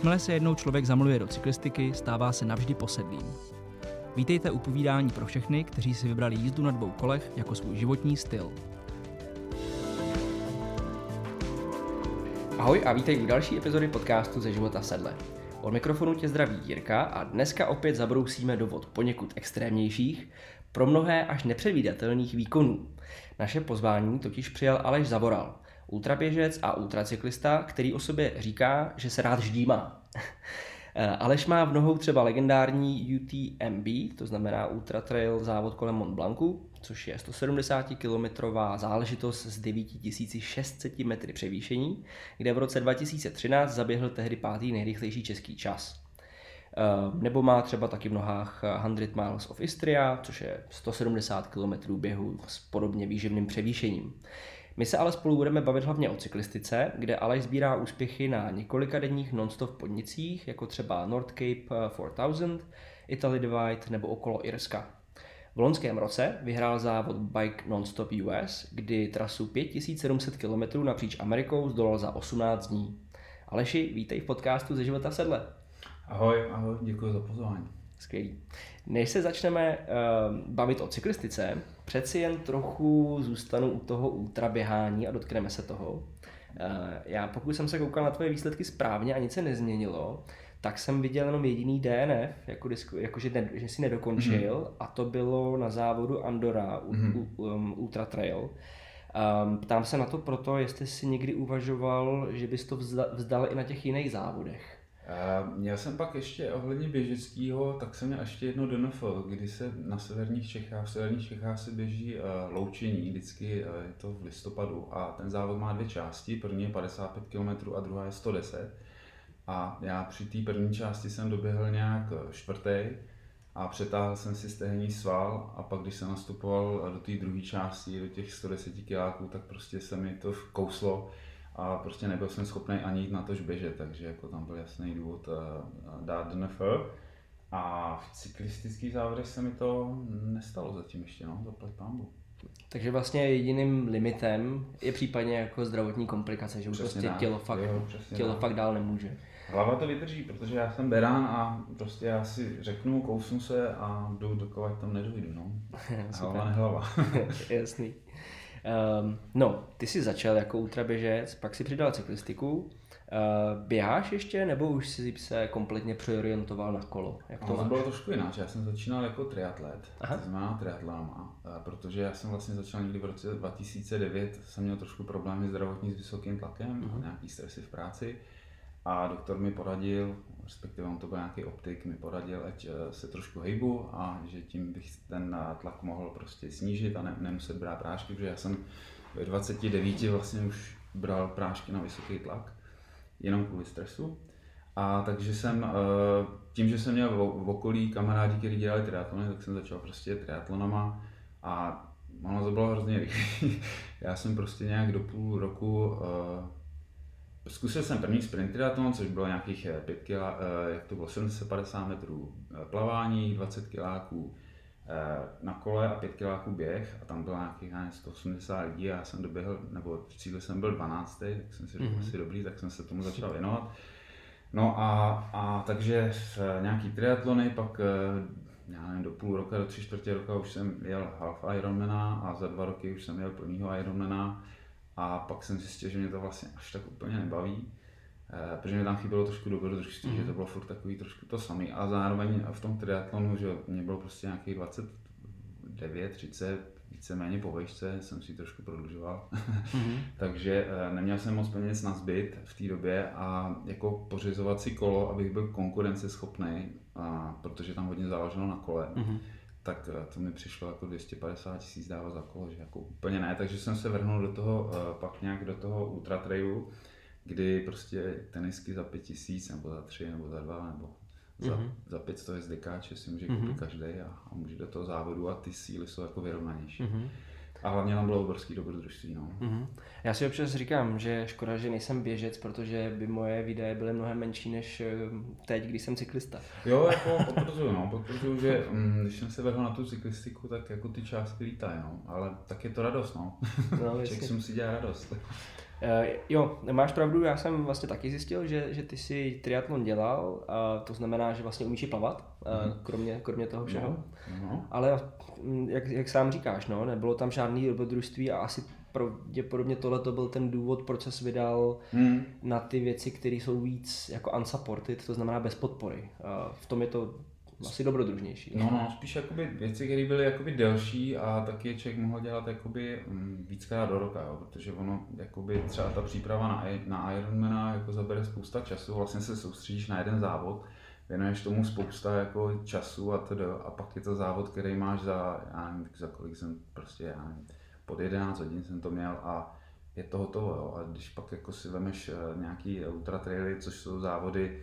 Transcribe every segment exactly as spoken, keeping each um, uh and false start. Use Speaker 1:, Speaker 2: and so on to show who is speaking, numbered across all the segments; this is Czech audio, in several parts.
Speaker 1: Jakmile se jednou člověk zamiluje do cyklistiky, stává se navždy posedlým. Vítejte u povídání pro všechny, kteří si vybrali jízdu na dvou kolech jako svůj životní styl. Ahoj a vítej u další epizody podcastu Ze života sedle. Od mikrofonu tě zdraví Jirka a dneska opět zabrousíme do vod poněkud extrémnějších, pro mnohé až nepředvídatelných výkonů. Naše pozvání totiž přijal Aleš Zavoral, ultraběžec a ultracyklista, který o sobě říká, že se rád ždímá. Aleš má v nohou třeba legendární U T M B, to znamená Ultra Trail závod kolem Mont Blancu, což je sto sedmdesátikilometrová záležitost s devět tisíc šest set metry převýšení, kde v roce dva tisíce třináct zaběhl tehdy pátý nejrychlejší český čas. Nebo má třeba taky v nohách sto Miles of Istria, což je sto sedmdesát kilometrů běhu s podobně výživným převýšením. My se ale spolu budeme bavit hlavně o cyklistice, kde Aleš sbírá úspěchy na několika denních non-stop podnicích, jako třeba North Cape čtyři tisíce, Italy Divide nebo okolo Irska. V loňském roce vyhrál závod Bike Non-Stop U S, kdy trasu pět tisíc sedm set kilometrů napříč Amerikou zdolal za osmnáct dní. Aleši, vítej v podcastu Ze života v sedle.
Speaker 2: Ahoj, ahoj, děkuji za pozvání.
Speaker 1: Skvělý. Než se začneme uh, bavit o cyklistice, přeci jen trochu zůstanu u toho ultraběhání a dotkneme se toho. Uh, já pokud jsem se koukal na tvoje výsledky správně a nic se nezměnilo, tak jsem viděl jenom jediný D N F, jako, disku, jako že, ne, že jsi nedokončil, mm-hmm. a to bylo na závodu Andorra mm-hmm. u, um, Ultra Trail. Um, ptám se na to proto, jestli jsi někdy uvažoval, že bys to vzda, vzdal i na těch jiných závodech.
Speaker 2: Uh, měl jsem pak ještě ohledně běžeckého, tak jsem měl ještě jedno D N F, kdy se na severních Čechách, v severních Čechách se běží uh, loučení, vždycky uh, je to v listopadu a ten závod má dvě části, první je padesát pět kilometrů a druhá je sto deset. A já při té první části jsem doběhl nějak čtvrtý a přetáhl jsem si stehenní sval a pak když jsem nastupoval do té druhé části, do těch sto deset kiláků, tak prostě se mi to kouslo. A prostě nebyl jsem schopný ani jít na tož běžet, takže jako tam byl jasný důvod uh, dát D N F. A v cyklistických závodech se mi to nestalo zatím ještě, no, zaplať pánbu.
Speaker 1: Takže vlastně jediným limitem je případně jako zdravotní komplikace, že už prostě tělo, fakt, jo, tělo fakt dál nemůže.
Speaker 2: Hlava to vydrží, protože já jsem berán a prostě já si řeknu, kousnu se a jdu dokovat tam nedojdu, no. Hlava nehlava.
Speaker 1: Jasný. Um, no, ty jsi začal jako ultraběžec, pak si přidal cyklistiku. Uh, běháš ještě, nebo už jsi se kompletně přeorientoval na kolo? Jak to,
Speaker 2: no, to bylo trošku jinak. Já jsem začínal jako triatlet, to znamená triatlama, protože já jsem vlastně začal někdy v roce dva tisíce devět, jsem měl trošku problémy zdravotní s vysokým tlakem, uh-huh. nějaký stresy v práci a doktor mi poradil, respektive on to byl nějaký optik, mi poradil, ať se trošku hejbu a že tím bych ten tlak mohl prostě snížit a ne, nemuset brát prášky, protože já jsem ve dvaceti devíti vlastně už bral prášky na vysoký tlak, jenom kvůli stresu. A takže jsem, tím, že jsem měl v okolí kamarádi, kteří dělali triatlony, tak jsem začal prostě triatlonama a ono to bylo hrozně rychlé. Já jsem prostě nějak do půl roku zkusil jsem první sprint triatlon, což bylo nějakých pět kila, jak to bylo, sedm set padesát metrů plavání, dvacet kiláků na kole a pět kiláků běh a tam bylo nějakých sto osmdesát lidí a já jsem doběhl, nebo v cíli jsem byl dvanáctý, tak jsem si řekl, mm-hmm. asi dobrý, tak jsem se tomu začal věnovat. No a, a takže nějaký triatlony, pak já nevím, do půl roka, do tři čtvrtě roka už jsem jel half Ironmana a za dva roky už jsem jel plnýho Ironmana. A pak jsem zjistil, že mě to vlastně až tak úplně nebaví, eh, protože mi tam chybělo trošku dobrodružství, mm. že to bylo furt takový trošku to samý. A zároveň v tom triatlonu, že mě bylo prostě nějakých dvacet devět, třicet, víceméně po vejšce, jsem si trošku prodlužoval. Mm. Takže eh, neměl jsem moc peněz na zbyt v té době a jako pořizovat si kolo, abych byl konkurenceschopný, a, protože tam hodně záleželo na kole. Mm. Tak to mi přišlo jako dvě stě padesát tisíc dávat za kolo, že jako úplně ne, takže jsem se vrhnul do toho, pak nějak do toho ultra trailu, kdy prostě tenisky za pět tisíc, nebo za tři, nebo za dva, nebo za, mm-hmm. za pět sto S D K, si může koupit mm-hmm. každý a, a může do toho závodu a ty síly jsou jako vyrovnanější. Mm-hmm. A hlavně tam bylo obrovský dobrodružství, no.
Speaker 1: Mm-hmm. Já si občas říkám, že škoda, že nejsem běžec, protože by moje výdaje byly mnohem menší než teď, když jsem cyklista.
Speaker 2: Jo, jako potvrzuju, no, potvrzuju, že mm, když jsem se vrhl na tu cyklistiku, tak jako ty částky lítají, no, ale tak je to radost, no. No, Člověk si musí dělat radost.
Speaker 1: Uh, jo, máš pravdu, já jsem vlastně taky zjistil, že, že ty jsi triatlon dělal, a to znamená, že vlastně umíš i plavat, uh, kromě, kromě toho všeho.
Speaker 2: No, no.
Speaker 1: Ale jak, jak sám říkáš, no, nebylo tam žádný dobrodružství a asi pravděpodobně tohle to byl ten důvod, proč ses vydal hmm. na ty věci, které jsou víc jako unsupported, to znamená bez podpory. Uh, v tom je to asi dobrodružnější.
Speaker 2: No, no, spíš jakoby věci, které byly jakoby delší a taky člověk mohl dělat jakoby víckrát do roka, jo, protože ono jakoby třeba ta příprava na, na Ironmana jako zabere spousta času, vlastně se soustředíš na jeden závod, věnuješ tomu spousta jako času a tedy, a pak je to závod, který máš za, já nevím, za kolik jsem prostě, já nevím, pod jedenáct hodin jsem to měl a je to hotovo, jo. A když pak jako si vemeš nějaký ultra traily, což jsou závody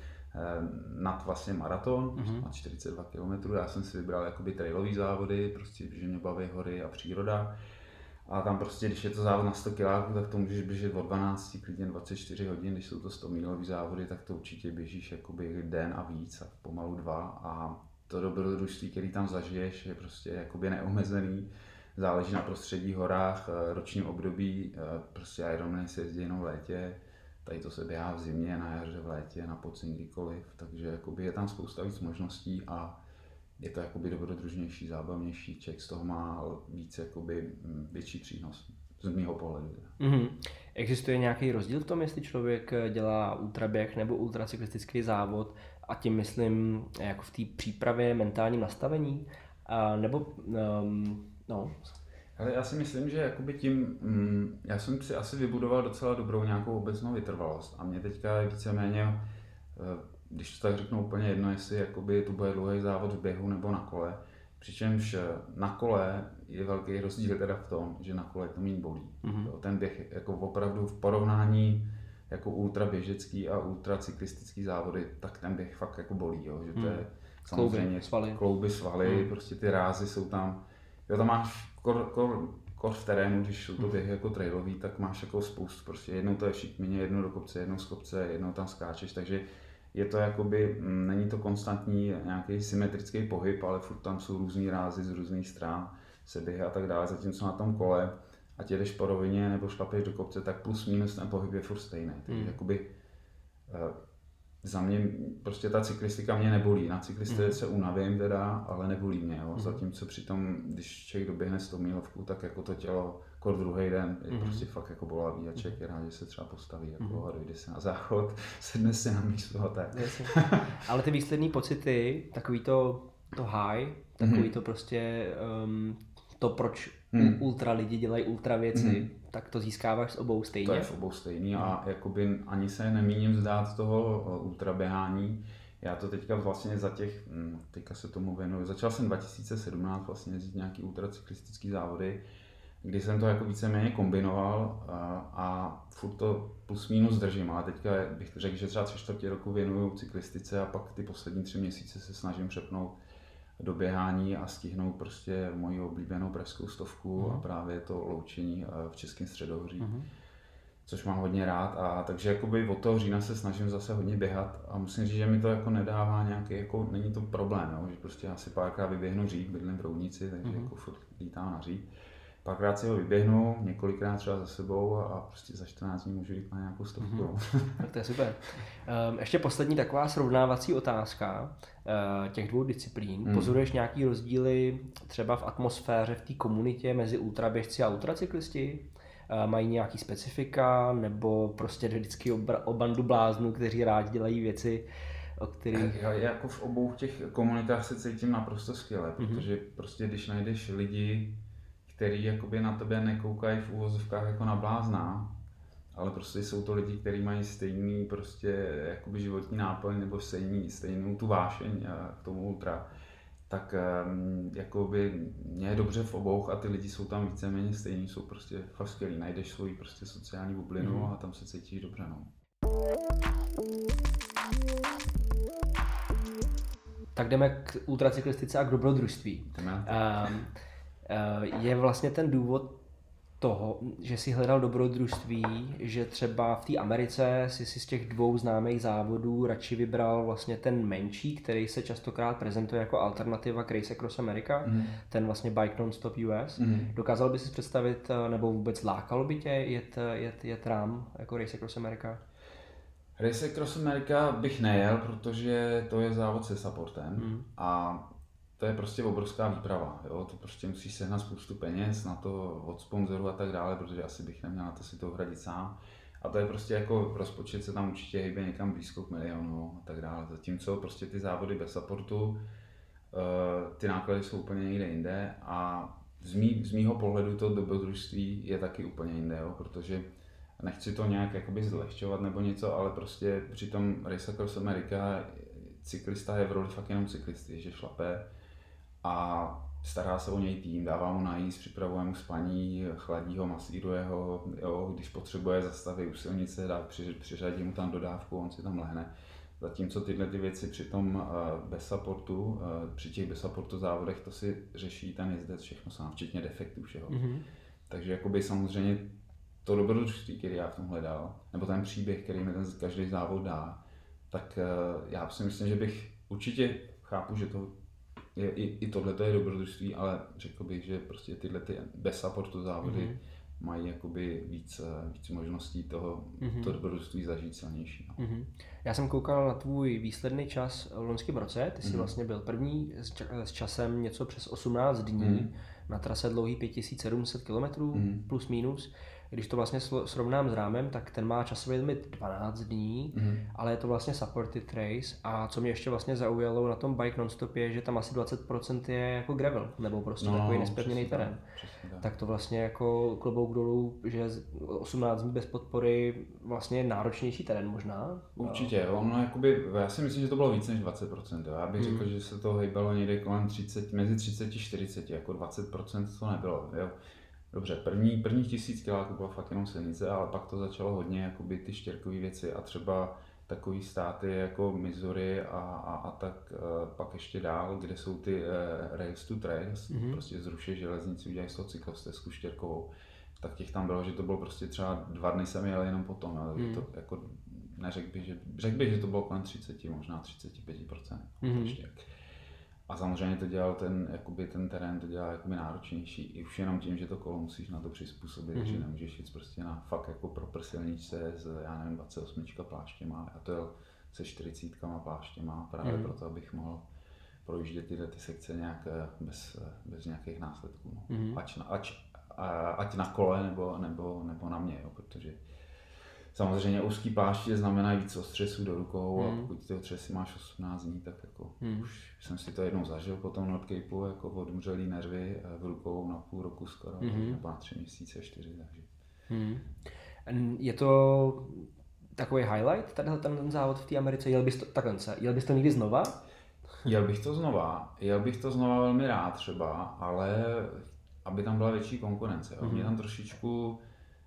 Speaker 2: nad vlastně maraton, mm-hmm. na čtyřicet dva kilometrů, já jsem si vybral jakoby trailový závody, prostě, že mě baví hory a příroda. A tam prostě, když je to závod na sto kiláků, tak to můžeš běžet od dvanáct, klidně dvacet čtyři hodin, když jsou to sto mílový závody, tak to určitě běžíš jakoby den a víc, a pomalu dva. A to dobrodružství, který tam zažiješ, je prostě jakoby neomezený. Záleží na prostředí, horách, ročním období, prostě Ironman se jezdí jenom v létě. Tady to se běhá v zimě, na jaře, v létě, na podzim, kdykoliv, takže jakoby je tam spousta víc možností a je to jakoby dobrodružnější, zábavnější, člověk z toho má víc jakoby větší přínos, z mýho pohledu.
Speaker 1: Mm-hmm. Existuje nějaký rozdíl v tom, jestli člověk dělá ultraběh nebo ultracyklistický závod a tím myslím jako v té přípravě, mentálním nastavení, a nebo um, no...
Speaker 2: Ale já si myslím, že jakoby tím, mm, já jsem si asi vybudoval docela dobrou nějakou obecnou vytrvalost a mě teďka je víceméně, když to tak řeknu úplně jedno, jestli jakoby to bude dlouhý závod v běhu nebo na kole, přičemž na kole je velký rozdíl teda v tom, že na kole to méně bolí. Mm-hmm. Ten běh jako opravdu v porovnání jako ultraběžecký a ultracyklistický závody, tak ten běh fakt jako bolí, jo? Že to je mm. samozřejmě
Speaker 1: klouby, svaly,
Speaker 2: klouby, svaly mm. prostě ty rázy jsou tam, jo, tam máš Kor, kor, kor v terénu, když jsou to běhy jako trailový, tak máš jako spoustu, prostě jednou to je šikmině, jednou do kopce, jednou z kopce, jednou tam skáčeš, takže je to jakoby, není to konstantní nějaký symetrický pohyb, ale furt tam jsou různý rázy z různých stran, se běhy a tak dále, zatímco na tom kole, ať jedeš po rovině nebo šlapeš do kopce, tak plus minus ten pohyb je furt stejný, takže hmm. jakoby za mě prostě ta cyklistika mě nebolí, na cyklisté mm. se unavím teda, ale nebolí mě, jo. Mm. Zatímco přitom, když člověk doběhne sto mílovku, tak jako to tělo kor druhý den je mm. prostě fakt jako bolavý a člověk je rád, že se třeba postaví jako mm. a dojde se na záchod, sedne se na místo a tak.
Speaker 1: Ale ty výsledný pocity, takový to, to high, takový mm. to prostě um, to, proč mm. ultra lidi dělají ultra věci, mm. tak to získáváš s obou stejně.
Speaker 2: To je v obou stejný a jakoby ani se nemíním vzdát toho ultraběhání. Já to teďka vlastně za těch, teďka se tomu věnuju, začal jsem dva tisíce sedmnáct vlastně jezdit nějaký ultracyklistický závody, kdy jsem to jako víceméně kombinoval a, a furt to plus minus držím, ale teďka bych řekl, že třeba tři čtvrtě roku věnuju cyklistice a pak ty poslední tři měsíce se snažím přepnout do běhání a stihnout prostě moji oblíbenou pražskou stovku uh-huh. a právě to loučení v Českém středohoří, uh-huh. což mám hodně rád a takže jakoby od toho října se snažím zase hodně běhat a musím říct, že mi to jako nedává nějaký, jako není to problém, jo? Že prostě já si párkrát vyběhnu Řík, bydlím v Roudnici, takže uh-huh. jako furt lítám na Řík. Párkrát si ho vyběhnu, několikrát třeba za sebou a prostě za čtrnáct dní můžu jít na nějakou stovku.
Speaker 1: Mm-hmm. Tak to je super. Um, ještě poslední taková srovnávací otázka uh, těch dvou disciplín. Mm. Pozoruješ nějaký rozdíly třeba v atmosféře, v té komunitě mezi ultraběžci a ultracyklisti? Uh, mají nějaký specifika nebo prostě vždycky o, o bandu bláznů, kteří rádi dělají věci, o kterých...
Speaker 2: Já jako v obou těch komunitách se cítím naprosto skvěle, mm-hmm. protože prostě když najdeš lidi, který jakoby na tebe nekoukají v uvozovkách jako na blázna, ale prostě jsou to lidi, kteří mají stejný prostě jakoby životní náplň nebo stejný, stejnou tu vášeň k tomu ultra, tak jakoby mě je dobře v obou a ty lidi jsou tam víceméně stejní, jsou prostě fakt skvělí, najdeš svoji prostě sociální bublinu mm. a tam se cítíš dobře, no.
Speaker 1: Tak jdeme k ultracyklistice a k dobrodružství. Um, je vlastně ten důvod toho, že si hledal dobrodružství, že třeba v té Americe si si z těch dvou známých závodů radši vybral vlastně ten menší, který se častokrát prezentuje jako alternativa k Race Across America, mm. ten vlastně Bike Non-Stop U S. Mm. Dokázal by si představit, nebo vůbec lákalo by tě jet, jet, jet rám jako Race Across America?
Speaker 2: Race Across America bych nejel, protože to je závod se supportem mm. a to je prostě obrovská výprava, jo? To prostě musíš sehnat spoustu peněz na to od sponzorů a tak dále, protože asi bych neměl na to si to uhradit sám. A to je prostě jako rozpočet se tam určitě hýbe někam blízko k milionu a tak dále. Zatímco prostě ty závody bez supportu, ty náklady jsou úplně někde jinde a z, mý, z mýho pohledu to dobrodružství je taky úplně jinde, jo? Protože nechci to nějak jakoby zlehčovat nebo něco, ale prostě při tom Race Across America cyklista je v roli fakt jenom cyklisty, že šlape a stará se o něj tým, dává mu najíst, připravuje mu spaní, chladí ho, masíruje ho, jo, když potřebuje zastaví u silnice, dá, při, přiřadí mu tam dodávku, on si tam lehne. Zatímco tyhle ty věci při tom uh, bez supportu, uh, při těch bez supportu závodech, to si řeší ten jezdec všechno sám, včetně defektů všeho. Mm-hmm. Takže jakoby samozřejmě to dobrodružství, který já v tom hledal, nebo ten příběh, který mi ten každý závod dá, tak uh, já si myslím, že bych určitě chápu, že to je, i, i tohle je dobrodružství, ale řekl bych, že prostě tyhle ty bez supportu závody mm-hmm. mají jakoby víc, víc možností toho mm-hmm. to dobrodružství zažít silnější. No.
Speaker 1: Mm-hmm. Já jsem koukal na tvůj výsledný čas v loňském roce, ty jsi mm-hmm. vlastně byl první s časem něco přes osmnáct dní mm-hmm. na trase dlouhý pět tisíc sedm set kilometrů mm-hmm. plus minus. Když to vlastně srovnám s rámem, tak ten má časový limit dvanáct dní, mm. ale je to vlastně supported race a co mě ještě vlastně zaujalo na tom Bike Non-Stop je, že tam asi dvacet procent je jako gravel, nebo prostě no, takový nespevněný terén. Tak. tak to vlastně jako klobouk dolů, že osmnáct dní bez podpory vlastně je náročnější terén možná.
Speaker 2: Určitě, ono jakoby, já si myslím, že to bylo víc než dvacet procent, jo. Já bych mm. řekl, že se to hejbalo někde kolem třicet, mezi třicet a čtyřicet, jako dvacet procent to nebylo, jo. Dobře, první, prvních tisíc kiláků byla fakt jenom silnice, ale pak to začalo hodně jakoby ty štěrkové věci a třeba takový státy jako Missouri a, a, a tak uh, pak ještě dál, kde jsou ty uh, rails to trails, mm-hmm. prostě zruší železnici, udělají z toho cyklostezku štěrkovou, tak těch tam bylo, že to bylo prostě třeba dva dny jsem jel jenom potom, ale mm. to jako neřekl bych, že, řekl bych, že to bylo kolem třicet, možná třicet pět procent mm-hmm. štěrk. A samozřejmě to dělal ten, jakoby ten terén, to dělá jakoby náročnější, i už jenom tím, že to kolo musíš na to přizpůsobit, mm-hmm. že nemůžeš jít prostě na fakt jako proper silničce s, já nevím, dvacet osm pláštěma, a to jel se čtyřicítkama pláštěma právě mm-hmm. proto, abych mohl projíždět tyhle ty sekce nějak bez, bez nějakých následků, no. mm-hmm. ať, na, ať, ať na kole nebo, nebo, nebo na mě, jo, protože samozřejmě úzký pláště znamená víc ostřesů do rukou hmm. a pokud ty otřesy máš osmnáct dní, tak jako hmm. už jsem si to jednou zažil po tom Nordcapeu, jako odumřelý nervy v rukou na půl roku skoro, hmm. nebo na tři měsíce, čtyři, takže.
Speaker 1: Hmm. Je to takový highlight, tady ten, ten závod v té Americe, jel bys to, takhle, jel bys to někdy znova?
Speaker 2: Jel bych to znova, jel bych to znova velmi rád třeba, ale aby tam byla větší konkurence, hmm. mě tam trošičku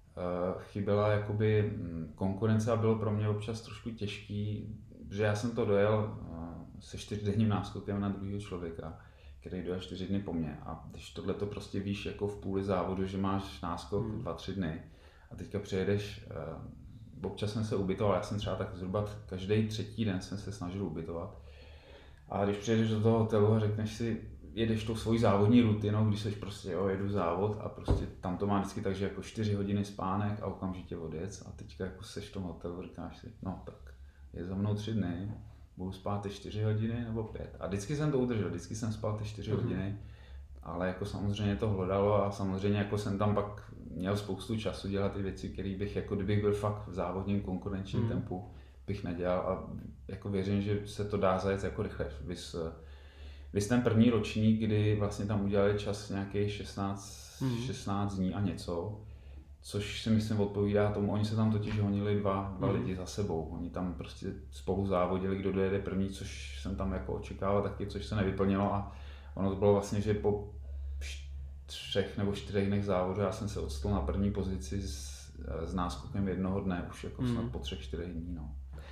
Speaker 2: chyběla jakoby konkurence a bylo pro mě občas trošku těžký, že já jsem to dojel se čtyřdenním náskokem na druhého člověka, který dojel čtyři dny po mně, a když tohle to prostě víš jako v půli závodu, že máš náskok hmm. dva, tři dny a teďka přijedeš, občas jsem se ubytoval, já jsem třeba tak zhruba každý třetí den jsem se snažil ubytovat, a když přijedeš do toho hotelu a řekneš si, jedeš tou svojí závodní rutinou, když seš prostě, jo, jedu závod a prostě tam to má vždycky tak, že jako čtyři hodiny spánek a okamžitě odjec a teďka jako seš v tom hotelu, říkáš si, no tak je za mnou tři dny, budu spát ty čtyři hodiny nebo pět. A vždycky jsem to udržel, vždycky jsem spal ty čtyři mm-hmm. hodiny, ale jako samozřejmě to hlodalo a samozřejmě jako jsem tam pak měl spoustu času dělat ty věci, které bych jako kdybych byl fakt v závodním konkurenčním mm-hmm. tempu, bych nedělal, a jako věřím, že se to dá zajet jako rychle. Vys, vys ten první ročník, kdy vlastně tam udělali čas nějakých šestnáct, mm-hmm. šestnáct dní a něco, což si myslím odpovídá tomu, oni se tam totiž honili dva, dva mm-hmm. lidi za sebou. Oni tam prostě spolu závodili, kdo dojede první, což jsem tam jako očekával taky, což se nevyplnilo, a ono to bylo vlastně, že po třech nebo čtyřech dnech závodu já jsem se odstl na první pozici s, s náskokem jednoho dne, už jako mm. snad po třech, čtyřech dní, no.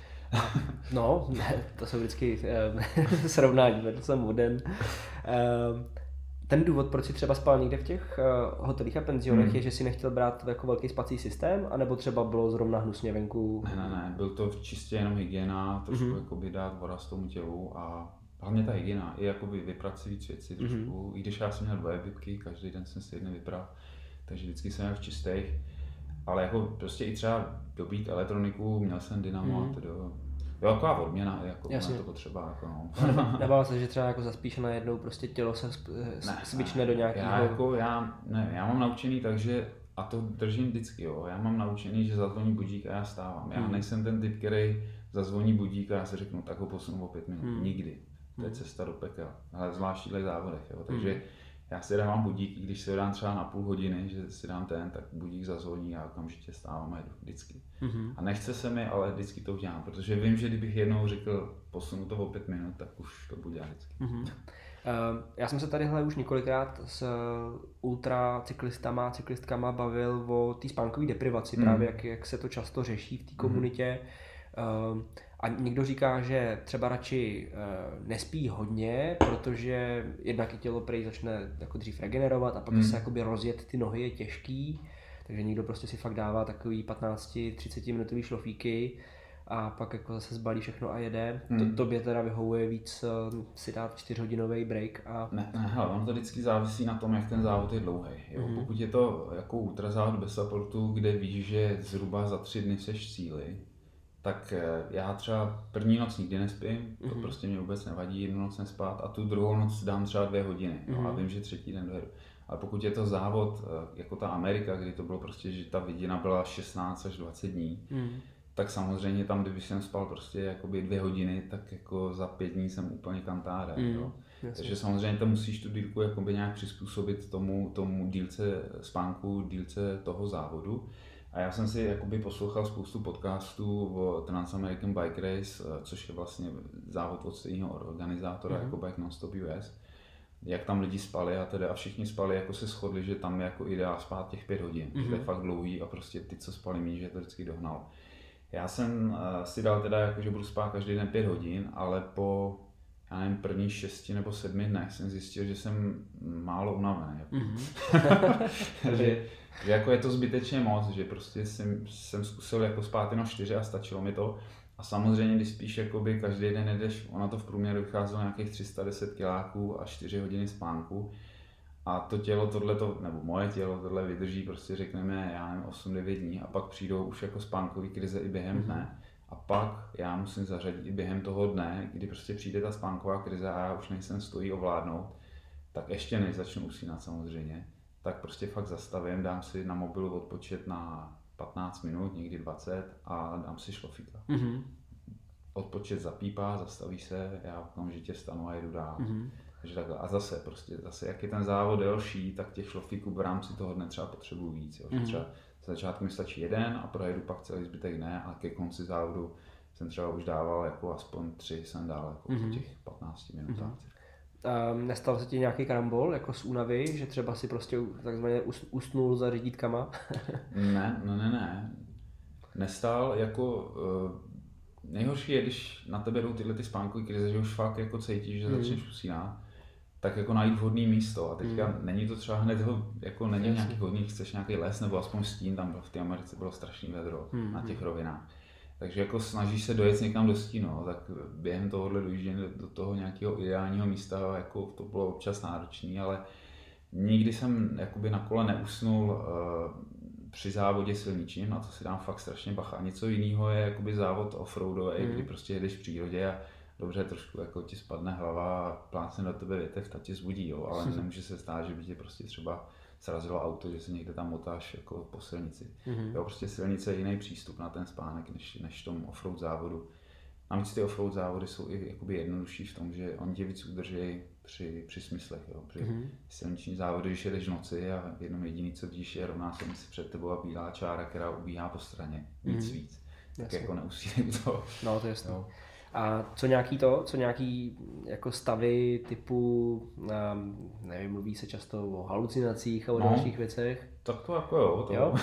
Speaker 1: No, to jsou vždycky um, srovnání, vedl jsem o den. Um, Ten důvod, proč si třeba spal někde v těch uh, hotelích a penzionech,
Speaker 2: hmm.
Speaker 1: je, že si nechtěl brát jako velký spací systém, anebo třeba bylo zrovna hnusně venku?
Speaker 2: Ne, ne, ne, byl to čistě jenom hygiena, trošku mm-hmm. jakoby dát voraz tomu tělu a hlavně ta hygiena, i jakoby vyprat si víc věcí trošku, mm-hmm. i když já jsem měl dvoje bibky, každý den jsem si jedny vypral, takže vždycky jsem měl v čistých, ale jako prostě i třeba dobít elektroniku, měl jsem dynamo mm-hmm. a tedy. Jo, taková odměna, jako na to potřeba, jako no.
Speaker 1: Nebál se, že třeba jako zaspíš na jednou prostě tělo se svične do nějakého...
Speaker 2: Já jako, já, ne, já mám naučený tak, že, a to držím vždycky, jo, já mám naučený, že zazvoní budík a já stávám. Já hmm. nejsem ten typ, který zazvoní budík a já si řeknu, tak ho posunu o pět minut, hmm. nikdy. To je cesta do pekel, ale zvlášť v těch závodech, jo, takže hmm. já si dávám budík, i když si ho dám třeba na půl hodiny, že si dám ten, tak budík zazvoní a okamžitě stávám a jdu vždycky. Mm-hmm. A nechce se mi, ale vždycky to udělám, protože vím, že kdybych jednou řekl, posunu to o pět minut, tak už to bude vždycky.
Speaker 1: Mm-hmm. Uh, já jsem se tadyhle už několikrát s ultracyklistama, cyklistkama bavil o té spánkové deprivaci, mm. právě jak, jak se to často řeší v té komunitě. Mm. Uh, A někdo říká, že třeba radši uh, nespí hodně, protože jednak i tělo prej začne jako dřív regenerovat a pak hmm. se jakoby rozjet ty nohy je těžký, takže někdo prostě si fakt dává takový patnáct třicet minutový šlofíky a pak jako zase zbalí všechno a jede. Hmm. To, tobě teda vyhovuje víc uh, si dát čtyřhodinový break a...
Speaker 2: Ne, ne, hele, on to vždycky závisí na tom, jak ten závod je dlouhý. Jo? Hmm. Pokud je to jako ultrazávod bez supportu, kde víš, že zhruba za tři dny seš v cíli, tak já třeba první noc nikdy nespím, to mm-hmm. prostě mě vůbec nevadí jednu noc nespát a tu druhou noc dám třeba dvě hodiny mm-hmm. no, a vím, že třetí den dojedu. Ale pokud je to závod jako ta Amerika, kdy to bylo prostě, že ta vidina byla šestnáct až dvacet dní, mm-hmm. tak samozřejmě tam, kdyby jsem spal prostě jakoby dvě hodiny, tak jako za pět dní jsem úplně kantáre. Mm-hmm. Jo. Takže samozřejmě to musíš tu dílku jakoby nějak přizpůsobit tomu, tomu dílce spánku, dílce toho závodu. A já jsem si jakoby poslouchal spoustu podcastů o Trans American Bike Race, což je vlastně závod od stejného organizátora mm-hmm. jako Bike Nonstop U S. Jak tam lidi spali a teda a všichni spali, jako se shodli, že tam je jako ideál spát těch pět hodin, mm-hmm. že to je fakt dlouhý a prostě ty, co spali méně, že to vždycky dohnalo. Já jsem uh, si dal teda jako, že budu spát každý den pět hodin, ale po já nevím, první šesti nebo sedmi dnech jsem zjistil, že jsem málo unavený. Mm-hmm. že, že jako je to zbytečně moc, že prostě jsem, jsem zkusil jako spát jenom čtyři a stačilo mi to. A samozřejmě, když spíš jakoby každý den jedeš, ono to v průměru vycházelo nějakých tři sta deset kiláků a čtyři hodiny spánku. A to tělo tohleto, nebo moje tělo tohle vydrží prostě řekneme, já nevím, osm devět dní a pak přijdou už jako spánkový krize i během dne. Mm-hmm. A pak já musím zařadit i během toho dne, kdy prostě přijde ta spánková krize a já už nejsem stojí ovládnout, tak ještě než začnu usínat samozřejmě, tak prostě fakt zastavím, dám si na mobilu odpočet na patnáct minut, někdy dvacet a dám si šlofíka. Mm-hmm. Odpočet zapípá, zastaví se, já okamžitě vstanu a jedu dál. Mm-hmm. Takže takhle. A zase prostě, zase jak je ten závod delší, tak těch šlofíků v rámci toho dne třeba potřebuji víc. Jo? Mm-hmm. Třeba z začátku mi stačí jeden a projedu pak celý zbytek dne a ke konci závodu jsem třeba už dával jako aspoň tři jsem dál jako mm-hmm. v těch patnácti minutách.
Speaker 1: Mm-hmm. Um, nestal se ti nějaký karambol jako z únavy, že třeba si prostě takzvaně usnul za řídítkama?
Speaker 2: ne, ne, ne, ne. Nestal jako uh, nejhorší je, když na tebe jdou tyhle ty spánkové krize, že už fakt jako cítíš, že mm-hmm. začneš usínat, tak jako najít vhodný místo a teďka mm. není to třeba hned, jako není nějaký vhodný, chceš nějaký les nebo aspoň stín, tam v té Americe bylo strašný vedro mm. na těch rovinách. Takže jako snažíš se dojet někam do stínu, tak během tohohle dojíždění do toho nějakého ideálního místa, jako to bylo občas náročný, ale nikdy jsem jakoby na kole neusnul uh, při závodě silničním, na to si dám fakt strašně bacha. Něco jiného je jakoby závod offroadový, mm. kdy prostě jedeš v přírodě a dobře, trošku jako ti spadne hlava a plácne do tebe větev, ta tě zbudí, jo, ale nemůže se stát, že by tě prostě třeba srazilo auto, že se někde tam motáš jako po silnici. Mm-hmm. Jo, prostě silnice je jiný přístup na ten spánek, než, než v tom offroad závodu. Navíc ty offroad závody jsou i jakoby jednodušší v tom, že oni tě víc udrží při, při smyslech, jo. Při mm-hmm. silniční závody, když jedeš v noci a jenom jediný, co vidíš, je rovná silnice před tebou a bílá čára, která ubíhá po straně, nic mm-hmm. víc. Tak
Speaker 1: jasně.
Speaker 2: jako neusínej to.
Speaker 1: No, to je jasné. A co nějaký to, co nějaký jako stavy typu, um, nevím, mluví se často o halucinacích a o no, dalších věcech?
Speaker 2: Tak to jako jo. To,
Speaker 1: jo?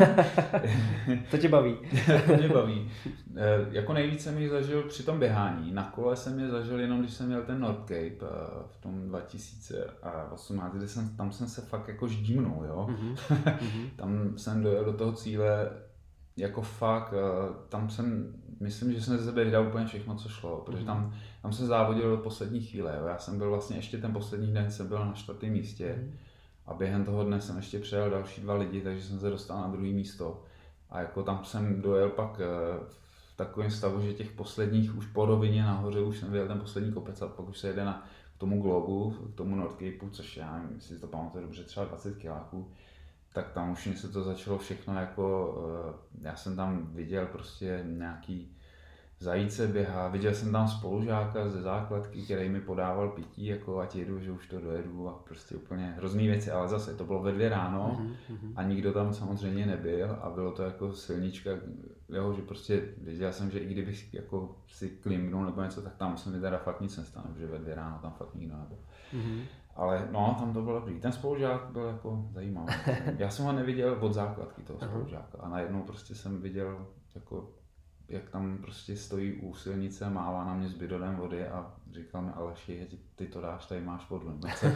Speaker 1: To tě baví?
Speaker 2: To mě baví. E, jako nejvíce mi zažil při tom běhání. Na kole jsem je zažil jenom, když jsem měl ten North Cape v tom dva tisíce osmnáct, kde jsem, tam jsem se fakt jako ždímnul, jo. Mm-hmm. Tam jsem dojel do toho cíle jako fakt, tam jsem, myslím, že jsem ze sebe vydal úplně všechno, co šlo, protože tam, tam jsem závodil do poslední chvíle, jo. Já jsem byl vlastně ještě ten poslední den, jsem byl na čtvrtém místě mm. a během toho dne jsem ještě přejel další dva lidi, takže jsem se dostal na druhé místo a jako tam jsem dojel pak v takovém stavu, že těch posledních už po rovině nahoře už jsem vyjel ten poslední kopec a pak už se jede na k tomu globu, k tomu North Capeu, což já nevím, jestli to pamatuje dobře, třeba dvacet kiláků. Tak tam už mi se to začalo všechno jako, já jsem tam viděl prostě nějaký zajíce běhá, viděl jsem tam spolužáka ze základky, který mi podával pití, jako ať jedu, že už to dojedu a prostě úplně hrozný věci, ale zase to bylo ve dvě ráno mm-hmm. a nikdo tam samozřejmě nebyl a bylo to jako silnička, jo, že prostě věděl jsem, že i kdybych jako si klimnul nebo něco, tak tam se mi teda fakt nic nestane, protože ve dvě ráno tam fakt nikdo nebyl. Mm-hmm. Ale no, tam to bylo dobrý. Ten spolužák byl jako zajímavý. Já jsem ho neviděl od základky toho spolužáka a najednou prostě jsem viděl, jako, jak tam prostě stojí u silnice, mává na mě s bidodem vody a říkal mi Aleši, ty, ty to dáš, tady máš vodu.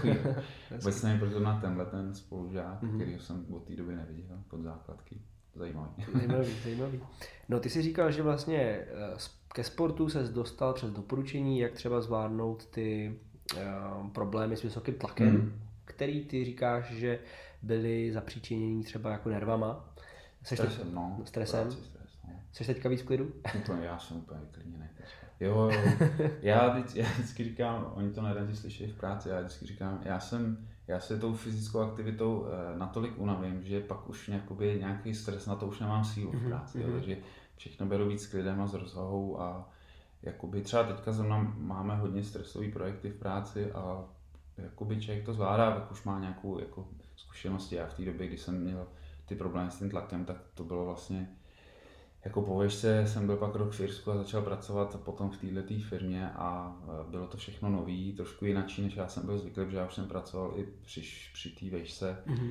Speaker 2: Vůbec nevím, proto na tenhle ten spolužák, mm-hmm. kterýho jsem od té doby neviděl pod základky. Zajímavý.
Speaker 1: Zajímavý, zajímavý. No ty jsi říkal, že vlastně ke sportu ses dostal přes doporučení, jak třeba zvládnout ty Uh, problémy s vysokým tlakem, mm. který ty říkáš, že byly zapříčinění třeba jako nervama. Seš
Speaker 2: stresem,
Speaker 1: teď,
Speaker 2: no.
Speaker 1: Stresem.
Speaker 2: Stres, no.
Speaker 1: Jsi teďka víc v klidu?
Speaker 2: Úplně, já jsem úplně vyklidněný. Jo, jo. Já, teď, já vždycky říkám, oni to neradi slyší v práci, já vždycky říkám, já jsem, já se tou fyzickou aktivitou uh, natolik unavím, že pak už nějakoby, nějaký stres, na to už nemám sílu v práci, mm-hmm. jo, takže všechno beru víc s klidem a s rozvahou a jakoby třeba teďka zrovna máme hodně stresové projekty v práci a jakoby člověk to zvládá, tak už má nějakou jako zkušenosti. Já v té době, kdy jsem měl ty problémy s tím tlakem, tak to bylo vlastně jako po výšce jsem byl pak rok v Irsku a začal pracovat potom v této firmě a bylo to všechno nový, trošku jinačí, než já jsem byl zvyklý, protože já už jsem pracoval i při, při té výšce mm-hmm.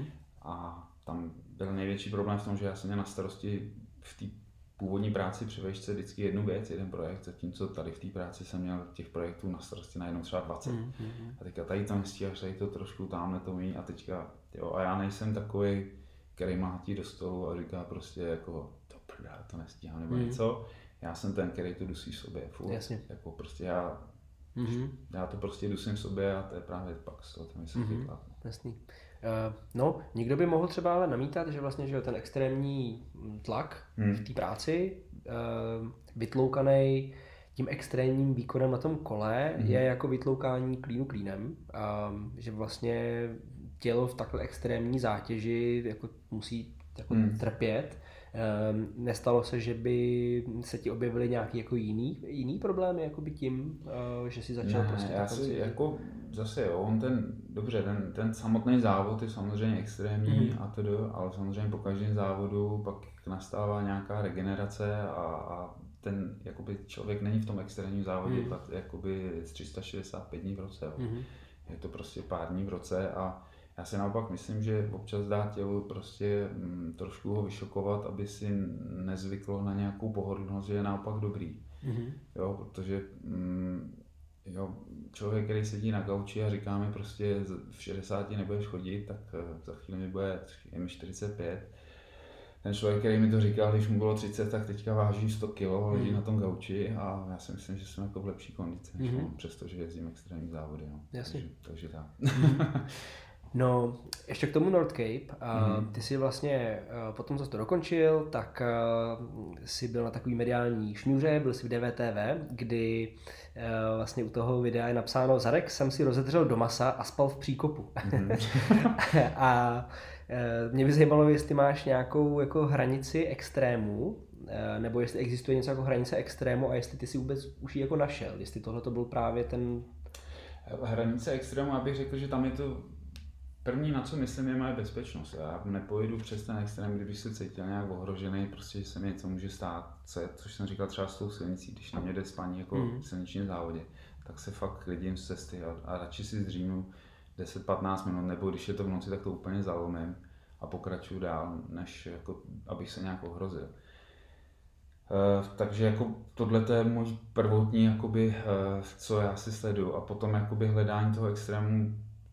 Speaker 2: a tam byl největší problém v tom, že já jsem měl na starosti v té původní práci při výšce vždycky jednu věc, jeden projekt, zatímco tady v té práci jsem měl těch projektů na starosti najednou třeba dvacet. Mm-hmm. A teďka tady to nestíháš, tady to trošku, tamhle to umí a teďka, jo, a já nejsem takový, který mátí do stolu a říká prostě jako, to prdá, to nestíhám nebo mm-hmm. něco. Já jsem ten, který to dusí v sobě, furt. Jasně. Jako prostě já, mm-hmm. já to prostě dusím v sobě a to je právě pak z toho, to mi se mm-hmm.
Speaker 1: Jasný. Uh, no, někdo by mohl třeba ale namítat, že vlastně že ten extrémní tlak hmm. v té práci, uh, vytloukaný tím extrémním výkonem na tom kole, hmm. je jako vytloukání klínu klínem, uh, že vlastně tělo v takhle extrémní zátěži jako musí jako hmm. trpět. Um, nestalo se, že by se ti objevily nějaký jako jiný, jiný problémy jako by tím, uh, že si začal
Speaker 2: ne,
Speaker 1: prostě...
Speaker 2: já si jako zase jo, on ten, dobře, ten, ten samotný závod je samozřejmě extrémní mm. a to, ale samozřejmě po každém závodu pak nastává nějaká regenerace a, a ten jakoby člověk není v tom extrémním závodě mm. tak, jakoby tři sta šedesát pět dní v roce. Mm. Je to prostě pár dní v roce a já si naopak myslím, že občas dá tělu prostě m, trošku ho vyšokovat, aby si nezvyklo na nějakou pohodlnost, že je naopak dobrý. Mm-hmm. Jo, protože m, jo, člověk, který sedí na gauči a říká mi prostě v šedesáti nebudeš chodit, tak za chvíli mi bude, je mi čtyřicet pět. Ten člověk, který mi to říkal, když mu bylo třicet, tak teďka váží sto kilo, leží mm-hmm. na tom gauči a já si myslím, že jsem jako v lepší kondici, než mm-hmm. přestože jezdím extrémní závody. No.
Speaker 1: Jasně.
Speaker 2: Takže, takže tak.
Speaker 1: Mm-hmm. No, ještě k tomu North Cape. Mm. Ty si vlastně potom, co jsi to dokončil, tak si byl na takový mediální šňůře, byl si v D V T V, kdy vlastně u toho videa je napsáno Zadek jsem si rozedřel do masa a spal v příkopu. Mm. A mě by zajímalo, jestli máš nějakou jako hranici extrému, nebo jestli existuje něco jako hranice extrému a jestli ty si vůbec už ji jako našel, jestli tohle to byl právě ten...
Speaker 2: Hranice extrému, abych řekl, že tam je to První, na co myslím, je moje bezpečnost. Já nepojedu přes ten extrém, kdybych se cítil nějak ohrožený, prostě, že se mi něco může stát, což jsem říkal třeba s tou silnicí, když na mě jde spaní jako mm. v silničním závodě, tak se fakt klidím z cesty a, a radši si zdřímnu deset patnáct minut, nebo když je to v noci, tak to úplně zalomím a pokračuju dál, než jako, abych se nějak ohrozil. Uh, takže jako tohle je můj prvotní, jakoby, uh, co já si sleduju, a potom jakoby hledání toho extrému.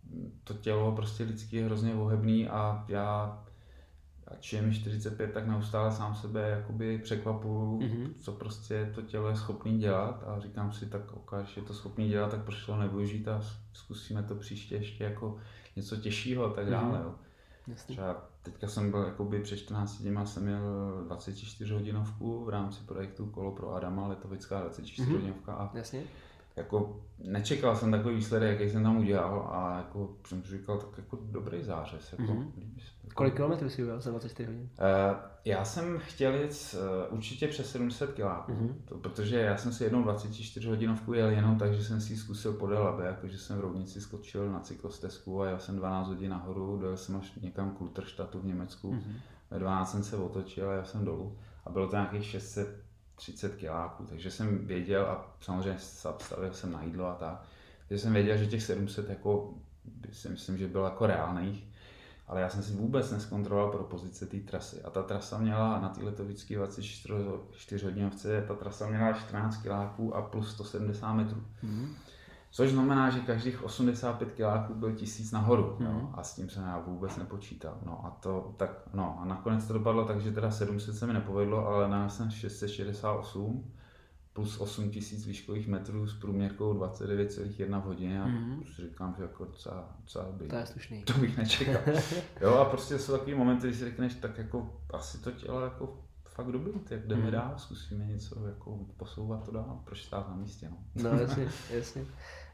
Speaker 2: To tělo prostě lidský je hrozně ohebný a já, ať je mi čtyřicet pět, tak neustále sám sebe jakoby překvapuju, mm-hmm. co prostě to tělo je schopný dělat, a říkám si, tak ok, když je to schopný dělat, tak proč to nevyužít a zkusíme to příště ještě jako něco těžšího a tak dále. Mm-hmm. Třeba teďka jsem byl jakoby před čtrnácti dněma, jsem měl dvacet čtyři hodinovku v rámci projektu Kolo pro Adama, letovická dvacet čtyři hodinovka a
Speaker 1: Jasně.
Speaker 2: Jako nečekal jsem takový výsledek, jaký jsem tam udělal, a jako jsem říkal, tak jako dobrý zářez. Jako, mm-hmm.
Speaker 1: jako... Kolik kilometrů jsi udělal za dvacet čtyři hodin?
Speaker 2: Uh, já jsem chtěl jít uh, určitě přes sedm set kiláků, mm-hmm. to, protože já jsem si jednou dvacet čtyři hodinovku jel jenom tak, že jsem si ji zkusil podél Labe, jakože jsem v Roudnici skočil na cyklostezku a jel jsem dvanáct hodin nahoru, dojel jsem až někam k Kultrštatu v Německu, mm-hmm. ve dvanáct jsem se otočil a jel jsem dolů a bylo to nějakých šest set třicet kiláků, takže jsem věděl, a samozřejmě stavil jsem na jídlo a tak, takže jsem věděl, že těch sedm set jako, si myslím, že bylo jako reálných, ale já jsem si vůbec neskontroloval propozice té trasy, a ta trasa měla na té letovické dvacet čtyři hodinovce, ta trasa měla čtrnáct kiláků a plus sto sedmdesát metrů. Mm-hmm. Což znamená, že každých osmdesát pět kiláků byl tisíc nahoru, mm. no, a s tím jsem já vůbec nepočítal. No a to tak, no a nakonec to dopadlo tak, že teda sedm set se mi nepovedlo, ale na jsem šest set šedesát osm plus osm tisíc výškových metrů s průměrkou dvacet devět celá jedna v hodině, a mm. si říkám, že jako docela, docela dobrý.
Speaker 1: To je slušný.
Speaker 2: To bych nečekal. Jo, a prostě jsou takový momenty, kdy si řekneš, tak jako asi to tělo jako fakt dobrý, tak jdeme mm. dál, zkusíme něco jako posouvat to dál, proč stát na místě, no.
Speaker 1: No jasně, jasně.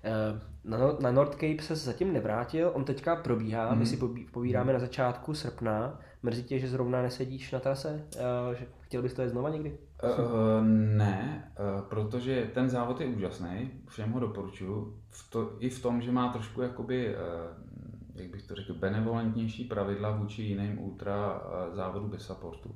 Speaker 1: Na, na North Cape se zatím nevrátil, on teďka probíhá, mm. my si povídáme na začátku srpna. Mrzí tě, že zrovna nesedíš na trase? Chtěl bys to jet znova někdy?
Speaker 2: Uh, ne, uh, protože ten závod je úžasný, všem ho doporučuji, v to, i v tom, že má trošku jakoby, uh, jak bych to řekl, benevolentnější pravidla vůči jiným ultra uh, závodu bez supportu.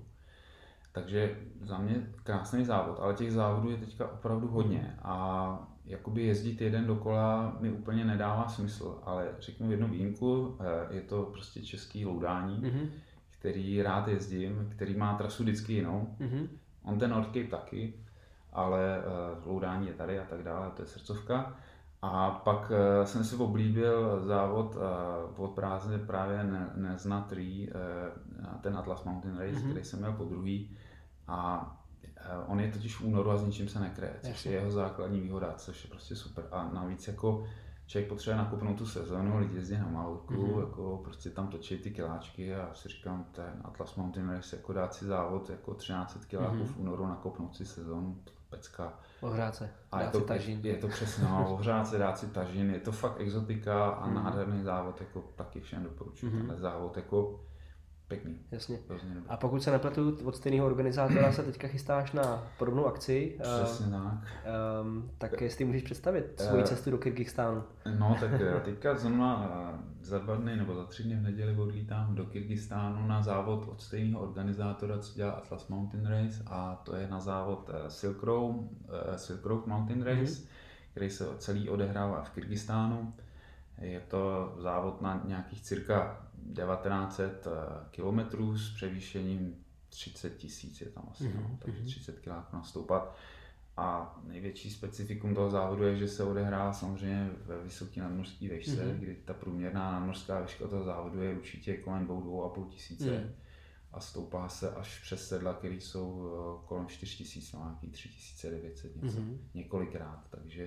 Speaker 2: Takže za mě krásný závod, ale těch závodů je teďka opravdu hodně a jakoby jezdit jeden dokola mi úplně nedává smysl, ale řeknu jednu výjimku, je to prostě český loudání, mm-hmm. který rád jezdím, který má trasu vždycky jinou. Mm-hmm. On ten North Cape taky, ale uh, loudání je tady a tak dále, to je srdcovka. A pak uh, jsem si oblíbil závod uh, od Prázdně právě ne, Neznatrý, uh, ten Atlas Mountain Race, mm-hmm. který jsem měl po druhý. A uh, on je totiž v únoru a s ničím se nekryje, což je jeho základní výhoda, což je prostě super. A navíc jako člověk potřebuje nakopnout tu sezónu, lidi jezdí na Malorku, mm-hmm. jako prostě tam točí ty kiláčky, a si říkám, ten Atlas Mountain Race, jako dát si závod jako třináct set kiláků mm-hmm. v únoru, nakopnout si sezónu, pecka.
Speaker 1: Ohrát se,
Speaker 2: a
Speaker 1: dát
Speaker 2: je to,
Speaker 1: si tažín.
Speaker 2: Je to přesně, no, ohrát se, dát si tažín, je to fakt exotika a mm-hmm. nádherný závod, jako taky všem doporučuji, mm-hmm. tenhle závod jako pěkný.
Speaker 1: Jasně. A pokud se nepletu, od stejného organizátora se teďka chystáš na podobnou akci.
Speaker 2: Přesně tak.
Speaker 1: Um, tak jestli můžeš představit svoji cestu do Kyrgyzstánu.
Speaker 2: No tak teďka zrovna za dva dny nebo za tři dny v neděli odlítám do Kyrgyzstánu na závod od stejného organizátora, co dělá Atlas Mountain Race, a to je na závod Silk Road, Silk Road Mountain Race, mm-hmm. který se celý odehrává v Kyrgyzstánu. Je to závod na nějakých cirka devatenáct set kilometrů s převýšením třicet tisíc je tam asi, mm-hmm. no, takže třicet kiláků nastoupat. A největší specifikum toho závodu je, že se odehrává samozřejmě ve vysoké nadmořské výšce, mm-hmm. kdy ta průměrná nadmořská výška toho závodu je určitě kolem dvou a půl tisíce mm. a stoupá se až přes sedla, které jsou kolem čtyři tisíce, no, nějaký tři tisíce devět set něco, mm-hmm. několikrát, takže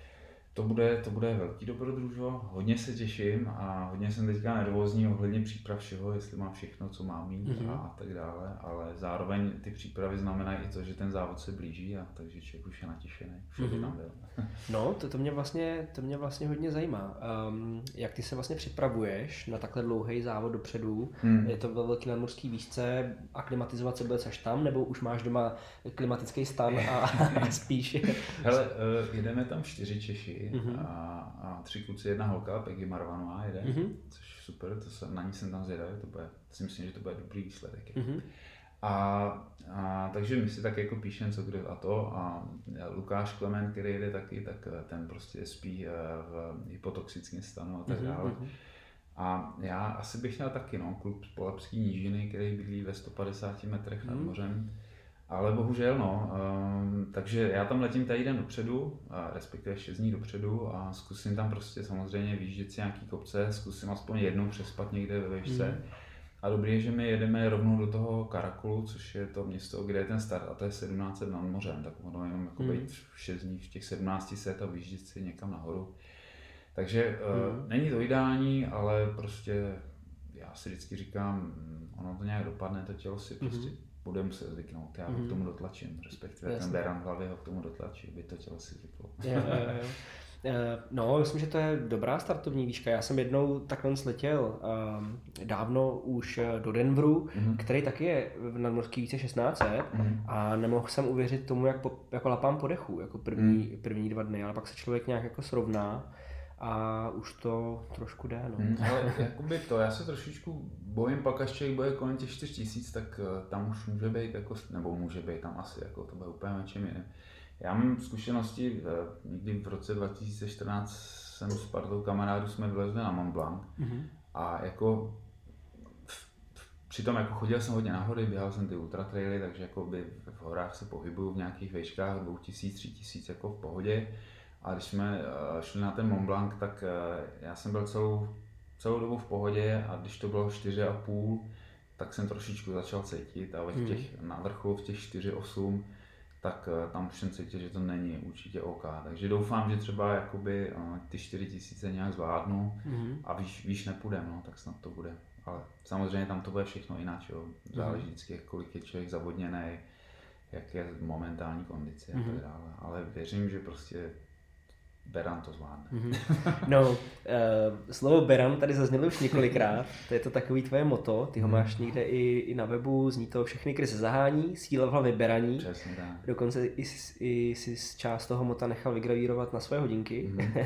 Speaker 2: To bude, to bude velký dobrodružo, hodně se těším a hodně jsem teďka nervózní ohledně příprav všeho, jestli mám všechno, co mám mít mm-hmm. a, a tak dále, ale zároveň ty přípravy znamenají i to, že ten závod se blíží, a takže člověk už je natěšený, všude mm-hmm. tam byl.
Speaker 1: No, to, to, mě vlastně, to mě vlastně hodně zajímá. Um, jak ty se vlastně připravuješ na takhle dlouhý závod dopředu? Mm. Je to ve velký nadmořský výšce, aklimatizovat se budeš až tam, nebo už máš doma klimatický stan a, a spíš?
Speaker 2: Hele, uh, jedeme tam čtyři Češi. holky mm-hmm. a, a tři kluci, jedna holka, Peggy Marvanová jede, mm-hmm. což super, to se, na ní jsem tam zvědavý, to bude, si myslím, že to bude dobrý výsledek. Mm-hmm. A, a takže my si tak jako píšeme co kdo a to a Lukáš Klement, který jede taky, tak ten prostě spí v hypotoxickém stanu a tak dále. Mm-hmm. A já asi bych měl taky no, klub z Polabský nížiny, který bydlí ve sto padesáti metrech nad mořem. Ale bohužel no, um, takže já tam letím tady den dopředu, a respektive šest dní dopředu a zkusím tam prostě samozřejmě vyjíždět si nějaký kopce, zkusím aspoň jednou přespat někde ve výšce. Mm. A dobrý je, že my jedeme rovnou do toho Karakulu, což je to město, kde je ten start a to je sedmnáct set nad mořem, tak ono jenom jako mm. být šest dní v těch sedmnácti set a vyjíždět si někam nahoru. Takže mm. uh, není to ideální, ale prostě já si vždycky říkám, ono to nějak dopadne, to tělo si prostě mm. bude muset zvyknout, já ho mm. k tomu dotlačím, respektive Jasně. ten beran v hlavě ho k tomu dotlačí, aby to tělo si zvyklo.
Speaker 1: Jo, jo, jo. No, myslím, že to je dobrá startovní výška. Já jsem jednou takhle letěl um, dávno už do Denveru, mm-hmm. který taky je v nadmořský více šestnáct set mm-hmm. a nemohl jsem uvěřit tomu, jak po, jako lapám po dechu, jako první, mm. první dva dny, ale pak se člověk nějak jako srovná a už to trošku jde, no.
Speaker 2: Mm, ale jakoby to, já se trošičku bojím, pak až člověk bude kolem těch čtyři tisíc, tak tam už může být, jako, nebo může být tam asi, jako to bude úplně něčím jiným. Já mám zkušenosti, někdy v roce dva tisíce čtrnáct jsem s partou kamarádů jsme vylezli na Mont Blanc mm-hmm. a jako přitom jako chodil jsem hodně na hory, běhal jsem ty ultratraily, takže jako by v horách se pohybuju v nějakých výškách dvě tisíce, tři tisíce jako v pohodě. A když jsme šli na ten Mont Blanc, tak já jsem byl celou, celou dobu v pohodě a když to bylo čtyři a půl, tak jsem trošičku začal cítit a v těch, na vrcholu v těch čtyři osm, tak tam už jsem cítil, že to není určitě OK. Takže doufám, že třeba jakoby ty čtyři tisíce nějak zvládnu a víš, víš nepůjdem, no, tak snad to bude. Ale samozřejmě tam to bude všechno jinak, jo. Záleží vždycky, kolik je člověk zavodněný, jak je momentální kondice a tak dále. Ale věřím, že prostě beran to zvládne.
Speaker 1: Mm-hmm. No, uh, slovo beran tady zaznělo už několikrát, to je to takový tvoje moto, ty ho máš někde i, i na webu, zní to všechny krize zahání, síla v hlavě beraní.
Speaker 2: Přesně tak.
Speaker 1: Dokonce i, i si část toho mota nechal vygravírovat na svoje hodinky. Mm-hmm.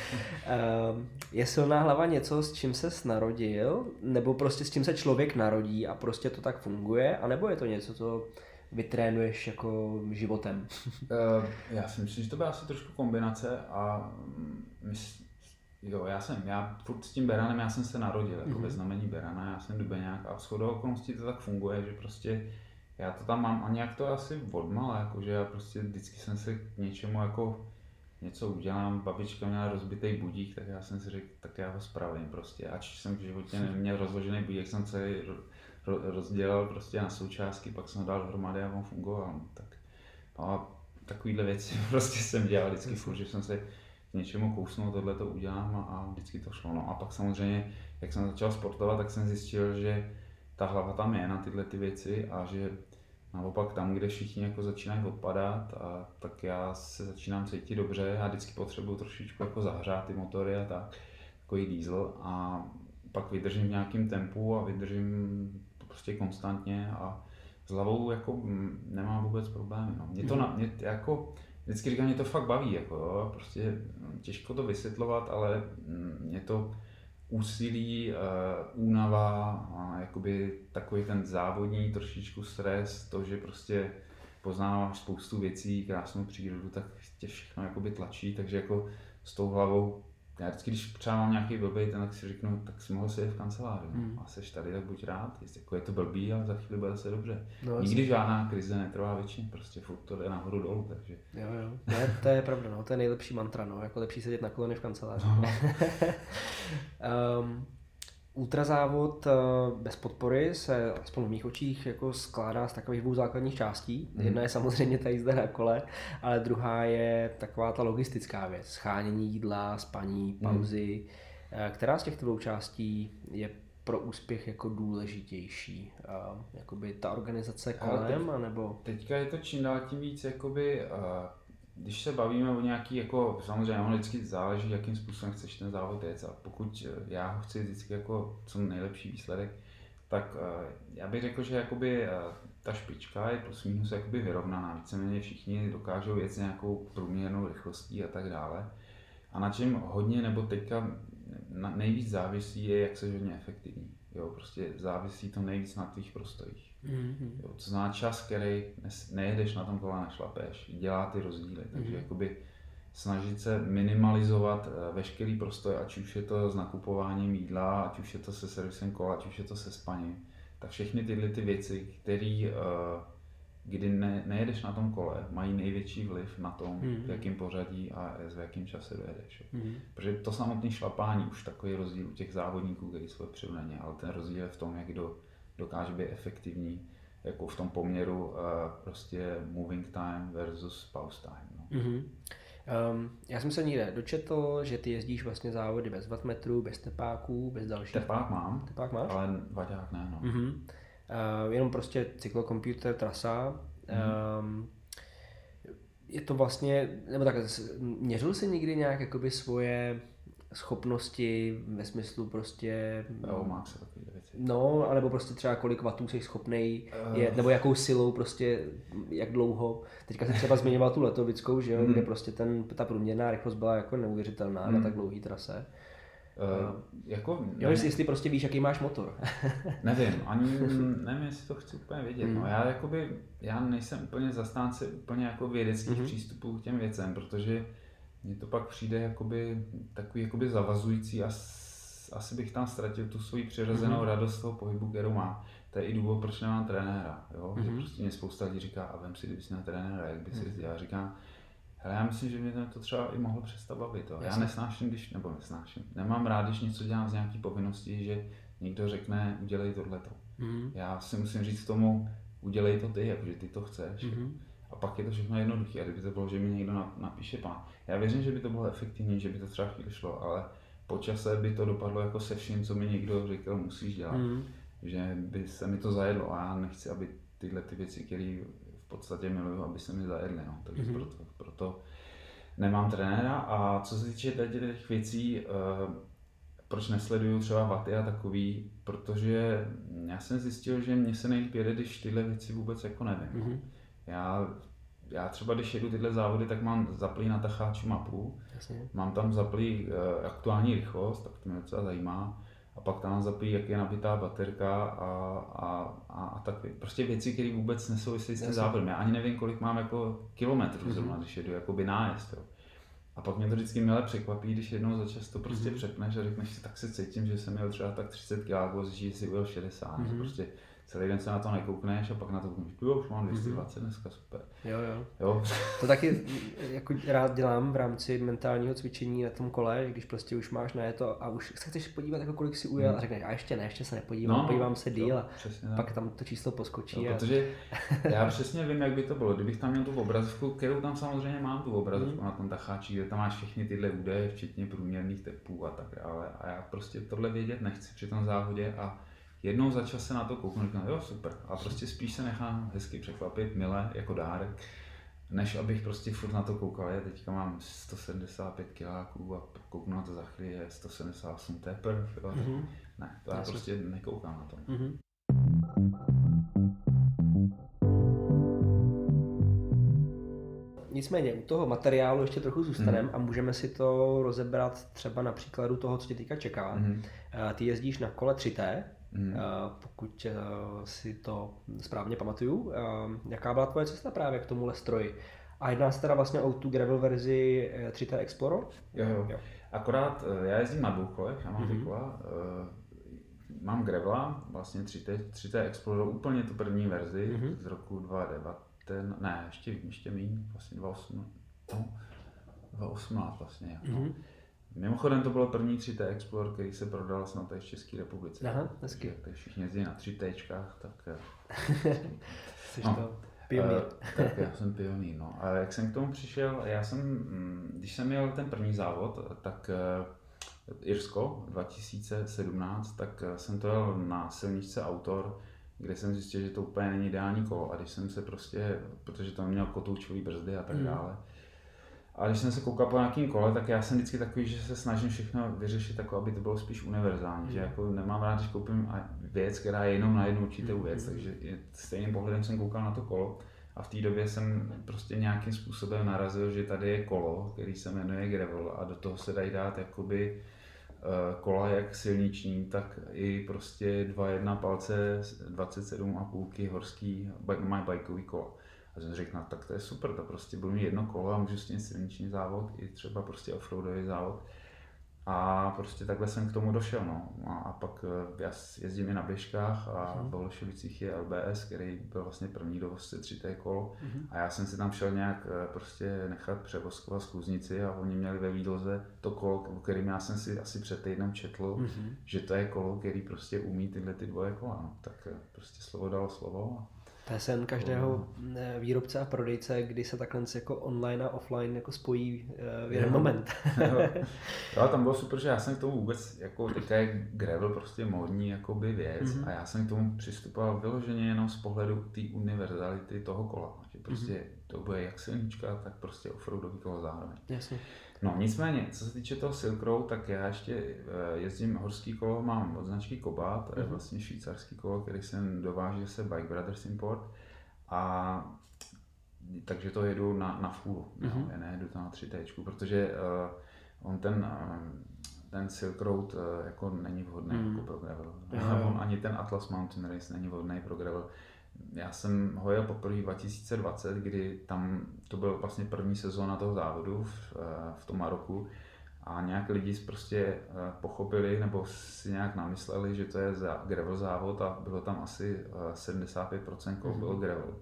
Speaker 1: uh, je silná hlava něco, s čím ses narodil, nebo prostě s čím se člověk narodí a prostě to tak funguje, anebo je to něco, co vytrénuješ jako životem?
Speaker 2: uh, já si myslím, že to byla asi trošku kombinace a mys, jo, já jsem, já furt s tím beranem, já jsem se narodil jako mm-hmm. ve znamení berana, já jsem dubeňák a shodou okolností to tak funguje, že prostě já to tam mám a nějak to asi odmala, jakože já prostě vždycky jsem se k něčemu jako něco udělám, babička měla rozbitý budík, tak já jsem si řekl, tak já ho spravím prostě, ač jsem v životě neměl rozložený budík, jsem celý rozdělal prostě na součástky, pak jsem ho dal dohromady a on fungoval. Tak, no a takovýhle věci prostě jsem dělal vždycky furt, že jsem se k něčemu kousnul, tohle to udělám a, a vždycky to šlo. No a pak samozřejmě, jak jsem začal sportovat, tak jsem zjistil, že ta hlava tam je na tyhle ty věci a že naopak tam, kde všichni jako začínají odpadat, a tak já se začínám cítit dobře, já vždycky potřebuji trošičku jako zahřát ty motory a tak, takový diesel a pak vydržím v nějakém tempu a vydržím prostě konstantně a s hlavou jako nemám vůbec problémy. No. Mě to na, mě jako, vždycky říkám, mě to fakt baví, jako, jo. Prostě těžko to vysvětlovat, ale mě to úsilí, uh, únava a jakoby takový ten závodní trošičku stres, to, že prostě poznáváš spoustu věcí, krásnou přírodu, tak tě všechno jakoby tlačí, takže jako s tou hlavou já vždycky, když třeba mám nějaký blbej, tak si řeknu, tak si mohl sedět v kanceláři. Hmm. A seš tady, tak buď rád, jako je to blbý, ale za chvíli bude zase dobře. No, nikdy žádná krize netrvá věčně, prostě furt to jde nahoru dolů, takže.
Speaker 1: Jo, jo, ne, to je pravda, no, to je nejlepší mantra, no, jako lepší sedět na kolony v kanceláři. No. um, ultrazávod bez podpory se, aspoň v mých očích, jako skládá z takových dvou základních částí. Mm. Jedna je samozřejmě ta jízda na kole, ale druhá je taková ta logistická věc. Schánění jídla, spaní, pauzy. Mm. Která z těchto dvou částí je pro úspěch jako důležitější? Jakoby ta organizace kolem, teď, anebo?
Speaker 2: Teďka je to čím dál tím víc, jakoby, když se bavíme o nějaký, jako samozřejmě ono vždycky záleží, jakým způsobem chceš ten závod jet. A pokud já ho chci vždycky jako co nejlepší výsledek, tak já bych řekl, že jakoby ta špička je plus minus jakoby vyrovnaná. Víceméně všichni dokážou jet s nějakou průměrnou rychlostí a tak dále. A na čem hodně nebo teďka nejvíc závisí je, jak jsi hodně efektivní. Jo, prostě závisí to nejvíc na tvých prostojích. Mm-hmm. Jo, to znamená čas, který nejedeš na tom kole, nešlapeš, dělá ty rozdíly. Takže mm-hmm. jakoby snažit se minimalizovat veškerý prostoj, ať už je to s nakupováním jídla, ať už je to se servisem kola, ať už je to se spaním. Tak všechny tyhle ty věci, které, kdy ne, nejedeš na tom kole, mají největší vliv na tom, mm-hmm. v jakém pořadí a v jakém čase dojedeš. Mm-hmm. Protože to samotné šlapání už takový rozdíl u těch závodníků, který jsou vepředu není, ale ten rozdíl je v tom, jak kdo dokáže být efektivní, jako v tom poměru uh, prostě moving time versus pause time. No.
Speaker 1: Mm-hmm. Um, já jsem se někde dočetl, že ty jezdíš vlastně závody bez wattmetrů, bez tepáků, bez dalších.
Speaker 2: Tepák mám,
Speaker 1: Tepák máš?
Speaker 2: Ale vaďák ne. No.
Speaker 1: Mm-hmm. Uh, jenom prostě cyklokomputer, trasa. Mm-hmm. Um, je to vlastně, nebo tak, měřil jsi někdy nějak jakoby svoje schopnosti ve smyslu prostě...
Speaker 2: Jo, má se takové věci.
Speaker 1: No, anebo prostě třeba kolik vatů jsi schopnej jet, nebo jakou silou prostě, jak dlouho. Teďka jsi třeba zmiňoval tu Letovickou, že jo, mm. kde prostě ten, ta průměrná rychlost byla jako neuvěřitelná mm. na tak dlouhý trase.
Speaker 2: Uh, jako,
Speaker 1: jo, jestli, jestli prostě víš, jaký máš motor.
Speaker 2: Nevím, ani nevím, jestli to chci úplně vědět. Mm. No, já, jakoby, já nejsem úplně zastánce úplně jako vědeckých mm. přístupů k těm věcem, protože mně to pak přijde jakoby, takový jakoby zavazující a s, asi bych tam ztratil tu svoji přirozenou mm. radost toho pohybu, kterou mám. To je i důvod, proč nemám trenéra. Jo? Mm. Že prostě mě spousta lidí říká, a vem si, kdyby jsi měl trenéra, jak bys jezdil. Já říkám, hele, já myslím, že mě to třeba i mohlo přestat bavit. Jo? Já nesnáším, když, nebo nesnáším, nemám rád, když něco dělám z nějaký povinnosti, že někdo řekne, udělej tohleto. Mm. Já si musím říct k tomu, udělej to ty, jakože ty to chceš. Mm. A pak je to všechno jednoduché. A kdyby to bylo, že mi někdo napíše plán. Já věřím, že by to bylo efektivní, že by to třeba chvíli šlo, ale po čase by to dopadlo jako se vším, co mi někdo říkal, musíš dělat. Mm. Že by se mi to zajedlo a já nechci, aby tyhle ty věci, které v podstatě miluju, aby se mi zajedly. No. Takže mm. proto, proto nemám trenéra. A co se týče těch věcí, uh, proč nesleduju třeba vaty a takový, protože já jsem zjistil, že mně se nejlíp jede, když tyhle věci vůbec jako nevím. Mm. Já, já třeba, když jedu tyhle závody, tak mám zaplý na tacháči mapu, jasně. Mám tam zaplý uh, aktuální rychlost, tak to mě docela zajímá, a pak tam zaplý, jak je nabitá baterka a, a, a, a tak. Prostě věci, které vůbec nesouvisí s tím závodem. Já ani nevím, kolik mám jako kilometrů zrovna, mm-hmm. když jedu jakoby nájezd. Jo. A pak mě to vždycky milé překvapí, když jednou za čas to prostě mm-hmm. přepneš a řekneš si, tak se cítím, že jsem měl třeba tak třicet kiláků a zjistíš, že si ujel šedesát. Mm-hmm. Prostě celý den se na to nekoukneš a pak na to koukneš, jo, už mám dvě stě dvacet dneska, super.
Speaker 1: Jo, jo.
Speaker 2: jo.
Speaker 1: To taky jako rád dělám v rámci mentálního cvičení na tom kole, když prostě už máš na to a už se chceš podívat, jako kolik si ujel, hmm. a řekneš, a ještě ne, ještě se nepodívám, no, podívám se díl, a pak tam to číslo poskočí.
Speaker 2: Jo, a... Protože já přesně vím, jak by to bylo, kdybych tam měl tu obrazovku, kterou tam samozřejmě mám, tu obrazovku hmm. na tom tacháči, kde tam máš všechny tyhle údaje, včetně průměrných tepů a tak dále. A já prostě tohle vědět nechci při tom závodě a jednou za čas se na to kouknu, říkám, jo, super. A prostě spíš se nechám hezky překvapit, milé, jako dárek, než abych prostě furt na to koukal. Já teďka mám sto sedmdesát pět kiláků a kouknu na to za chvíli, je sto sedmdesát osm teprve. Mm-hmm. Ne, to já Jasně. prostě nekoukám na to. Mm-hmm.
Speaker 1: Nicméně u toho materiálu ještě trochu zůstaneme mm. a můžeme si to rozebrat třeba na příkladu toho, co tě teďka čeká. Mm. Ty jezdíš na kole tři té, mm. pokud si to správně pamatuju. Jaká byla tvoje cesta právě k tomuhle stroji? A jedná se teda vlastně o tu gravel verzi tři té Explorer?
Speaker 2: Jo, jo. jo. Akorát já jezdím na dvou kolech, já mám mm. kola. Mám gravela, vlastně tři té Explorer, úplně tu první verzi mm. z roku dva tisíce devět. Ten, ne, ještě, ještě méně, vlastně dva tisíce osmnáct vlastně. Mm-hmm. Mimochodem to bylo první tři té Explorer, který se prodal snad v České republice.
Speaker 1: Aha, hezky.
Speaker 2: Takže všichni jezdí na tři téčkách, tak...
Speaker 1: Jsi no, to pionýr.
Speaker 2: Tak já jsem pionýr, no. A jak jsem k tomu přišel, já jsem, když jsem měl ten první závod, tak Irsko dva tisíce sedmnáct, tak jsem to jel na silničce Autor, kde jsem zjistil, že to úplně není ideální kolo a když jsem se prostě, protože to měl kotoučový brzdy a tak mm. dále. A když jsem se koukal po nějakým kole, tak já jsem vždycky takový, že se snažím všechno vyřešit tak, aby to bylo spíš univerzální, mm. že jako nemám rád, když koupím věc, která je jenom na jednu určitou věc, mm. takže stejným pohledem jsem koukal na to kolo A v té době jsem prostě nějakým způsobem narazil, že tady je kolo, který se jmenuje gravel a do toho se dají dát jakoby kola jak silniční, tak i prostě dva jedna palce, dvacet sedm a půl horský, mají bajkový kola. A jsem řekl, no, tak to je super, to prostě budu mít jedno kolo a můžu s tím silniční závod, i třeba prostě offroadový závod. A prostě takhle jsem k tomu došel, no. A, a pak já jezdím i na běžkách a v Holešovicích je L B S, který byl vlastně první dovozce tři té kolo. Mm-hmm. A já jsem si tam šel nějak prostě nechat převoskovat z Kůznici a oni měli ve výloze to kolo, o kterým já jsem si asi před týdnem četl, mm-hmm. že to je kolo, který prostě umí tyhle ty dvoje kola, no. Tak prostě slovo dalo slovo. A
Speaker 1: to je sen každého výrobce a prodejce, kdy se takhle jako online a offline jako spojí v jeden no, moment.
Speaker 2: Jo, tam bylo super, že já jsem k tomu vůbec, jako teďka je gravel prostě módní jakoby věc mm-hmm. a já jsem k tomu přistupoval vyloženě jenom z pohledu té univerzality toho kola. Že prostě mm-hmm. to bude jak silnička, tak prostě offroadový kolo zároveň.
Speaker 1: Jasně.
Speaker 2: No nicméně, co se týče toho Silk Road, tak já ještě jezdím horský kolo, mám od značky Koba, to je vlastně švýcarský kolo, který jsem dovážil se Bike Brothers Import. A takže to jedu na, na full, mm-hmm. no, nejedu to na tři té, protože uh, on ten, uh, ten Silk Road uh, jako není vhodný mm. jako pro gravel. No, on ani ten Atlas Mountain Race není vhodný pro gravel. Já jsem ho jel poprvé dva tisíce dvacet, kdy tam to byl vlastně první sezóna toho závodu v, v tom Maroku a nějak lidi prostě pochopili nebo si nějak namysleli, že to je gravel závod a bylo tam asi sedmdesát pět procent kol bylo gravel.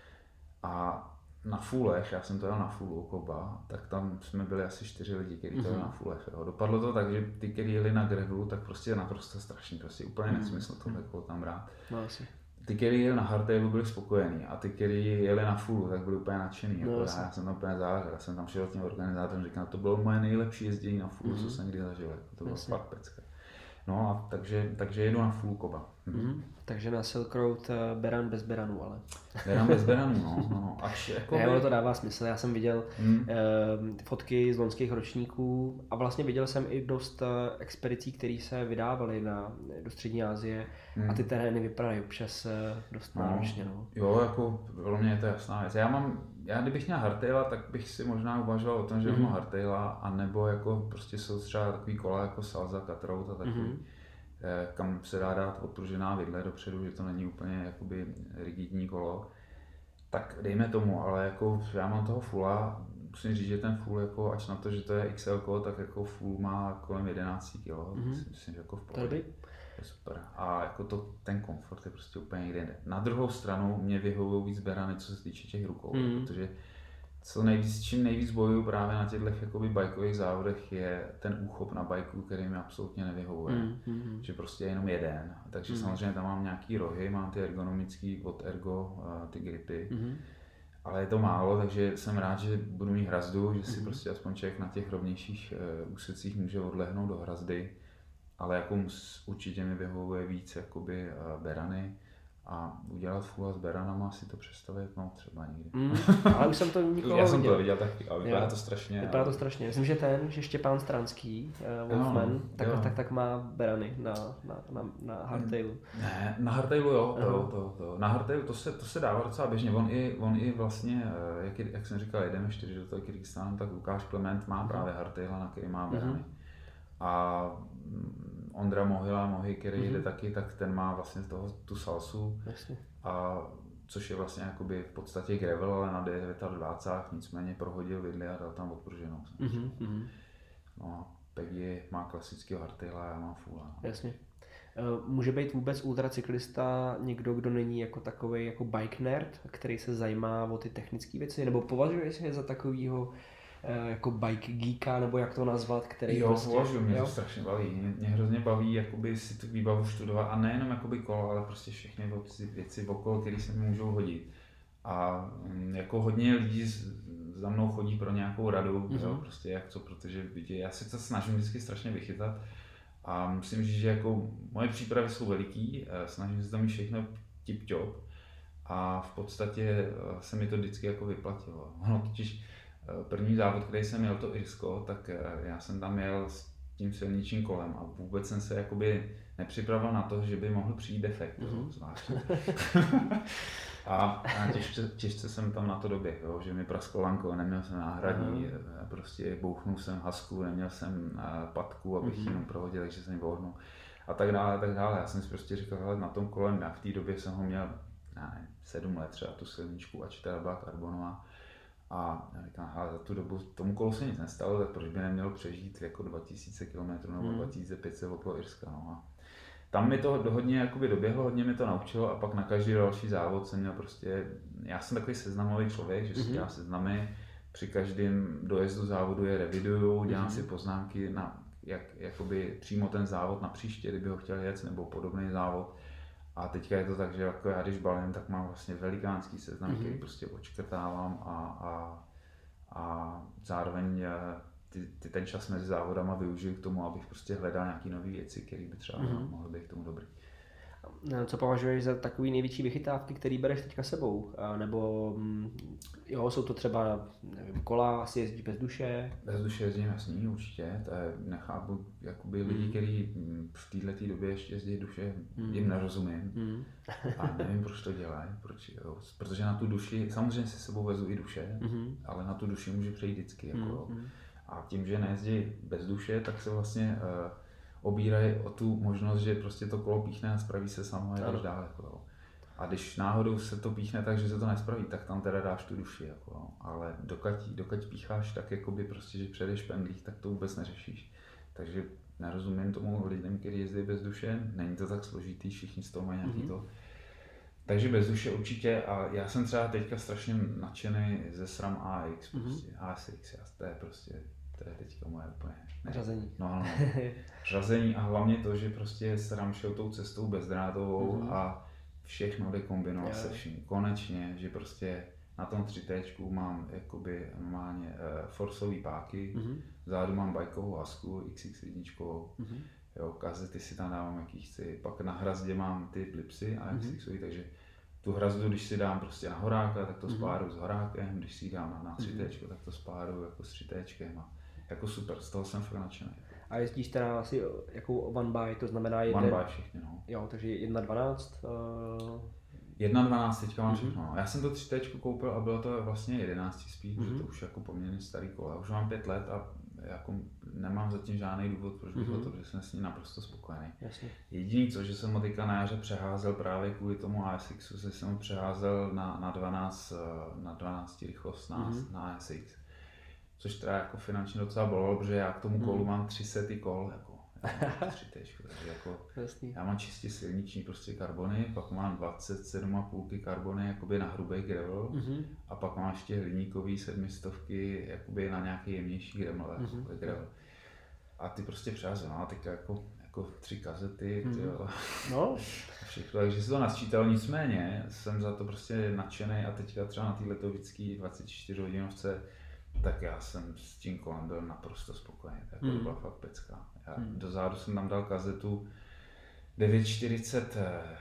Speaker 2: A na fullech, já jsem to jel na fullu Koba, tak tam jsme byli asi čtyři lidi, kteří to jeli na fullech. Jo. Dopadlo to tak, že ty, kteří jeli na gravelu, tak prostě je naprosto strašný, prostě úplně nesmysl tohle kolo tam brát.
Speaker 1: No, asi.
Speaker 2: Ty, kteří jeli na hardtailu, byli spokojení a ty, kteří jeli na fullu, tak byli úplně nadšený. No, já, já jsem tam úplně zářil, já jsem tam šel tím organizátorem, říkal, to bylo moje nejlepší jezdění na fullu, mm-hmm. co jsem kdy zažil, to bylo fakt pecka. No a takže, takže jedu na full Koba.
Speaker 1: Mm-hmm. Takže na Silk Road beran bez beranů, ale.
Speaker 2: Beran bez beranů, no. no. Až jako
Speaker 1: ne, by... to dává smysl. Já jsem viděl mm. uh, fotky z loňských ročníků a vlastně viděl jsem i dost uh, expedicí, které se vydávaly na, do střední Asie mm. a ty terény vypadají občas uh, dost no. náročně. No.
Speaker 2: Jo, jako pro mě je to jasná věc. Já mám, já kdybych měl hardtaila, tak bych si možná uvažoval o tom, že mm. mám hardtaila, anebo jako prostě jsou třeba takový kola jako Salza, Cutthroat a takový. Mm. Kam se dá dát odpružená vidle dopředu, že to není úplně jakoby rigidní kolo, tak dejme tomu, ale jako já mám toho fulla, musím říct, že ten full jako, ač na to, že to je X L, tak jako full má kolem jedenáct kilo, mm-hmm. myslím, že jako v pohodě. To je super. A jako to, ten komfort je prostě úplně někde jinde. Na druhou stranu mě vyhovují víc berany, co se týče těch rukou, mm-hmm. protože co nejvíc, čím nejvíc bojuju právě na těchto jakoby bajkových závodech je ten úchop na bajku, který mi absolutně nevyhovuje. Mm, mm, že prostě je jenom jeden. Takže mm. samozřejmě tam mám nějaký rohy, mám ty ergonomický od Ergo, ty gripy. Mm. Ale je to málo, takže jsem rád, že budu mít hrazdu, že si mm. prostě aspoň člověk na těch rovnějších uh, úsecích může odlehnout do hrazdy. Ale jako mus, určitě mi vyhovuje víc jakoby uh, berany. A udělat fulla s beranama, si to představit, no třeba někdy. Mm,
Speaker 1: ale už jsem to nikoho
Speaker 2: Já jsem to viděl taky, ale vypadá to strašně.
Speaker 1: Vypadá to strašně. Myslím, že ten, že Štěpán Stranský, uh, Wolfman, no, tak, tak, tak má berany na, na, na, na hardtailu.
Speaker 2: Ne, na hardtailu jo, to, to, to. Na hardtailu to se, to se dává docela běžně. On i, on i vlastně, jak, jak jsem říkal, jedeme čtyři do toho Kyrgyzstánu, tak Lukáš Klement má právě hardtaila, na který má berany. Mm-hmm. A Ondra Mohyla, Mohy, který mm-hmm. jde taky, tak ten má vlastně toho, tu salsu,
Speaker 1: Jasně.
Speaker 2: a což je vlastně jakoby v podstatě gravel, ale na dvacet devět, nicméně prohodil vidly a dal tam odpruženou.
Speaker 1: Mm-hmm.
Speaker 2: No a Peggy má klasického hardtaila a já mám fulla. No.
Speaker 1: Jasně. Může být vůbec ultracyklista někdo, kdo není jako takovej jako bike nerd, který se zajímá o ty technické věci, nebo považuje se za takovýho jako bike geeka, nebo jak to nazvat, který
Speaker 2: jo, prostě... Jo, mě to strašně baví. Mě, mě hrozně baví jakoby si tu výbavu studovat a nejenom jakoby kolo, ale prostě všechny věci okolo, které se mi můžou hodit. A jako hodně lidí za mnou chodí pro nějakou radu, mm-hmm. jo, prostě jak co, protože vidí, já si to snažím vždycky strašně vychytat a musím říct, že jako moje přípravy jsou veliký, snažím se to mít všechno tip-top a v podstatě se mi to vždycky jako vyplatilo. No, totiž první závod, který jsem měl, to Irsko, tak já jsem tam jel s tím silničním kolem a vůbec jsem se jakoby nepřipravil na to, že by mohl přijít defekt, mm-hmm. zvláště. a a těžce, těžce jsem tam na to doběhl, že mi prasklo lanko, neměl jsem náhradní, mm-hmm. prostě bouchnul jsem hasku, neměl jsem patku, abych mm-hmm. jenom prohodil, takže jsem ji vohnul. A tak dále, a tak dále. Já jsem si prostě říkal, hele, na tom kolem, já v té době jsem ho měl, ne, sedm let třeba tu silničku, ač teda byla karbonová. A já říkám, hele, za tu dobu tomu kolu se nic nestalo, tak proč by nemělo přežít jako dva tisíce kilometrů nebo hmm. dva tisíce pět set okolo Irska. No. A tam mi to hodně jakoby doběhlo, hodně mi to naučilo a pak na každý další závod jsem měl prostě, já jsem takový seznamový člověk, že si dělám seznamy, při každém dojezdu závodu je reviduju, dělám mm-hmm. si poznámky na jak jakoby přímo ten závod na příště, kdyby ho chtěl jet, nebo podobný závod. A teďka je to tak, že jako já když balím, tak mám vlastně velikánský seznam, mm-hmm. který prostě odškrtávám a, a, a zároveň ty, ty ten čas mezi závodama využiju k tomu, abych prostě hledal nějaké nové věci, které by třeba mm-hmm. mohly být k tomu dobrý.
Speaker 1: Co považuješ za takový největší vychytávky, který bereš teďka sebou? A nebo jo, jsou to třeba, nevím, kola, asi jezdíš bez duše?
Speaker 2: Bez duše jezdím jasný, určitě. To je, nechápu jakoby mm. lidi, kteří v této době ještě jezdí duše, mm. jim nerozumím. Mm. A nevím, proč to dělají. Proč, jo. Protože na tu duši, samozřejmě si sebou vezu i duše, mm. ale na tu duši může přejít vždycky. Jako, mm. A tím, že nejezdí bez duše, tak se vlastně uh, obírají o tu možnost, že prostě to kolo píchne a spraví se samo a jdeš dál. Jako, a když náhodou se to píchne tak, že se to nespraví, tak tam teda dáš tu duši. Jako, ale dokud, dokud pícháš tak, jakoby prostě, že přejdeš pendlích, tak to vůbec neřešíš. Takže nerozumím tomu lidem, kteří jezdí bez duše, není to tak složitý, všichni z toho mají nějaký mm-hmm. to. Takže bez duše určitě a já jsem třeba teďka strašně nadšený ze SRAM A X, prostě mm-hmm. A S X, to je prostě, to je teďka moje úplně. Ne.
Speaker 1: Řazení.
Speaker 2: No, no, no. Řazení a hlavně to, že prostě SRAM šel tou cestou bezdrátovou mm-hmm. a všechno jde kombinovat se vším. Konečně, že prostě na tom tři té mám jakoby normálně uh, forsový páky, mm-hmm. vzadu mám bajkovou hasku X X jedna, mm-hmm. jo, kazety si tam dávám jaký chci, pak na hrazdě mám ty blipsy a X X, mm-hmm. takže tu hrazdu, když si dám prostě na horáka, tak to mm-hmm. spáru s horákem, když si ji dám na, na tři té, mm-hmm. tak to spáru jako s tři téčkem a jako super, z toho jsem fakt nadšený.
Speaker 1: A jezdíš teda asi jakou one by, to znamená jeden...
Speaker 2: One by všichni, no.
Speaker 1: Jo, takže jedna dvanáct. Uh...
Speaker 2: jedna dvanáct teďka mám všechno. Mm-hmm. Já jsem to tři té koupil a bylo to vlastně jedenáct spíš, mm-hmm. že to už jako poměrně starý kolo. Já už mám pět let a jako nemám zatím žádný důvod, proč bych mm-hmm. to, protože jsem s ním naprosto spokojený.
Speaker 1: Jasně.
Speaker 2: Jediný co, že jsem ho teďka na jaře přeházel právě kvůli tomu A S Xu, že jsem ho přeházel na, na dvanáct, na dvanáct rychlost na, mm-hmm. na A S X. Což teda jako finančně docela bolelo, protože já k tomu kolu mm. mám tři sety kol, jako, já tři téčko, takže jako, já mám čistě silniční prostě karbony, pak mám dvacet sedm a půl karbony jakoby na hrubý gravel mm-hmm. a pak mám ještě hliníkový sedmistovky jakoby na nějaký jemnější gravel, mm-hmm. gravel. A ty prostě přeházel, no a teďka jako, jako tři kazety, mm-hmm. tyjo, no. všechno, takže si to nasčítal, nicméně jsem za to prostě nadšený a teďka třeba na té letovický dvacet čtyři hodinovce tak já jsem s tím kolem byl naprosto spokojený, jako mm. to byla fakt pecka. Já mm. dozadu jsem tam dal kazetu devět čtyřicet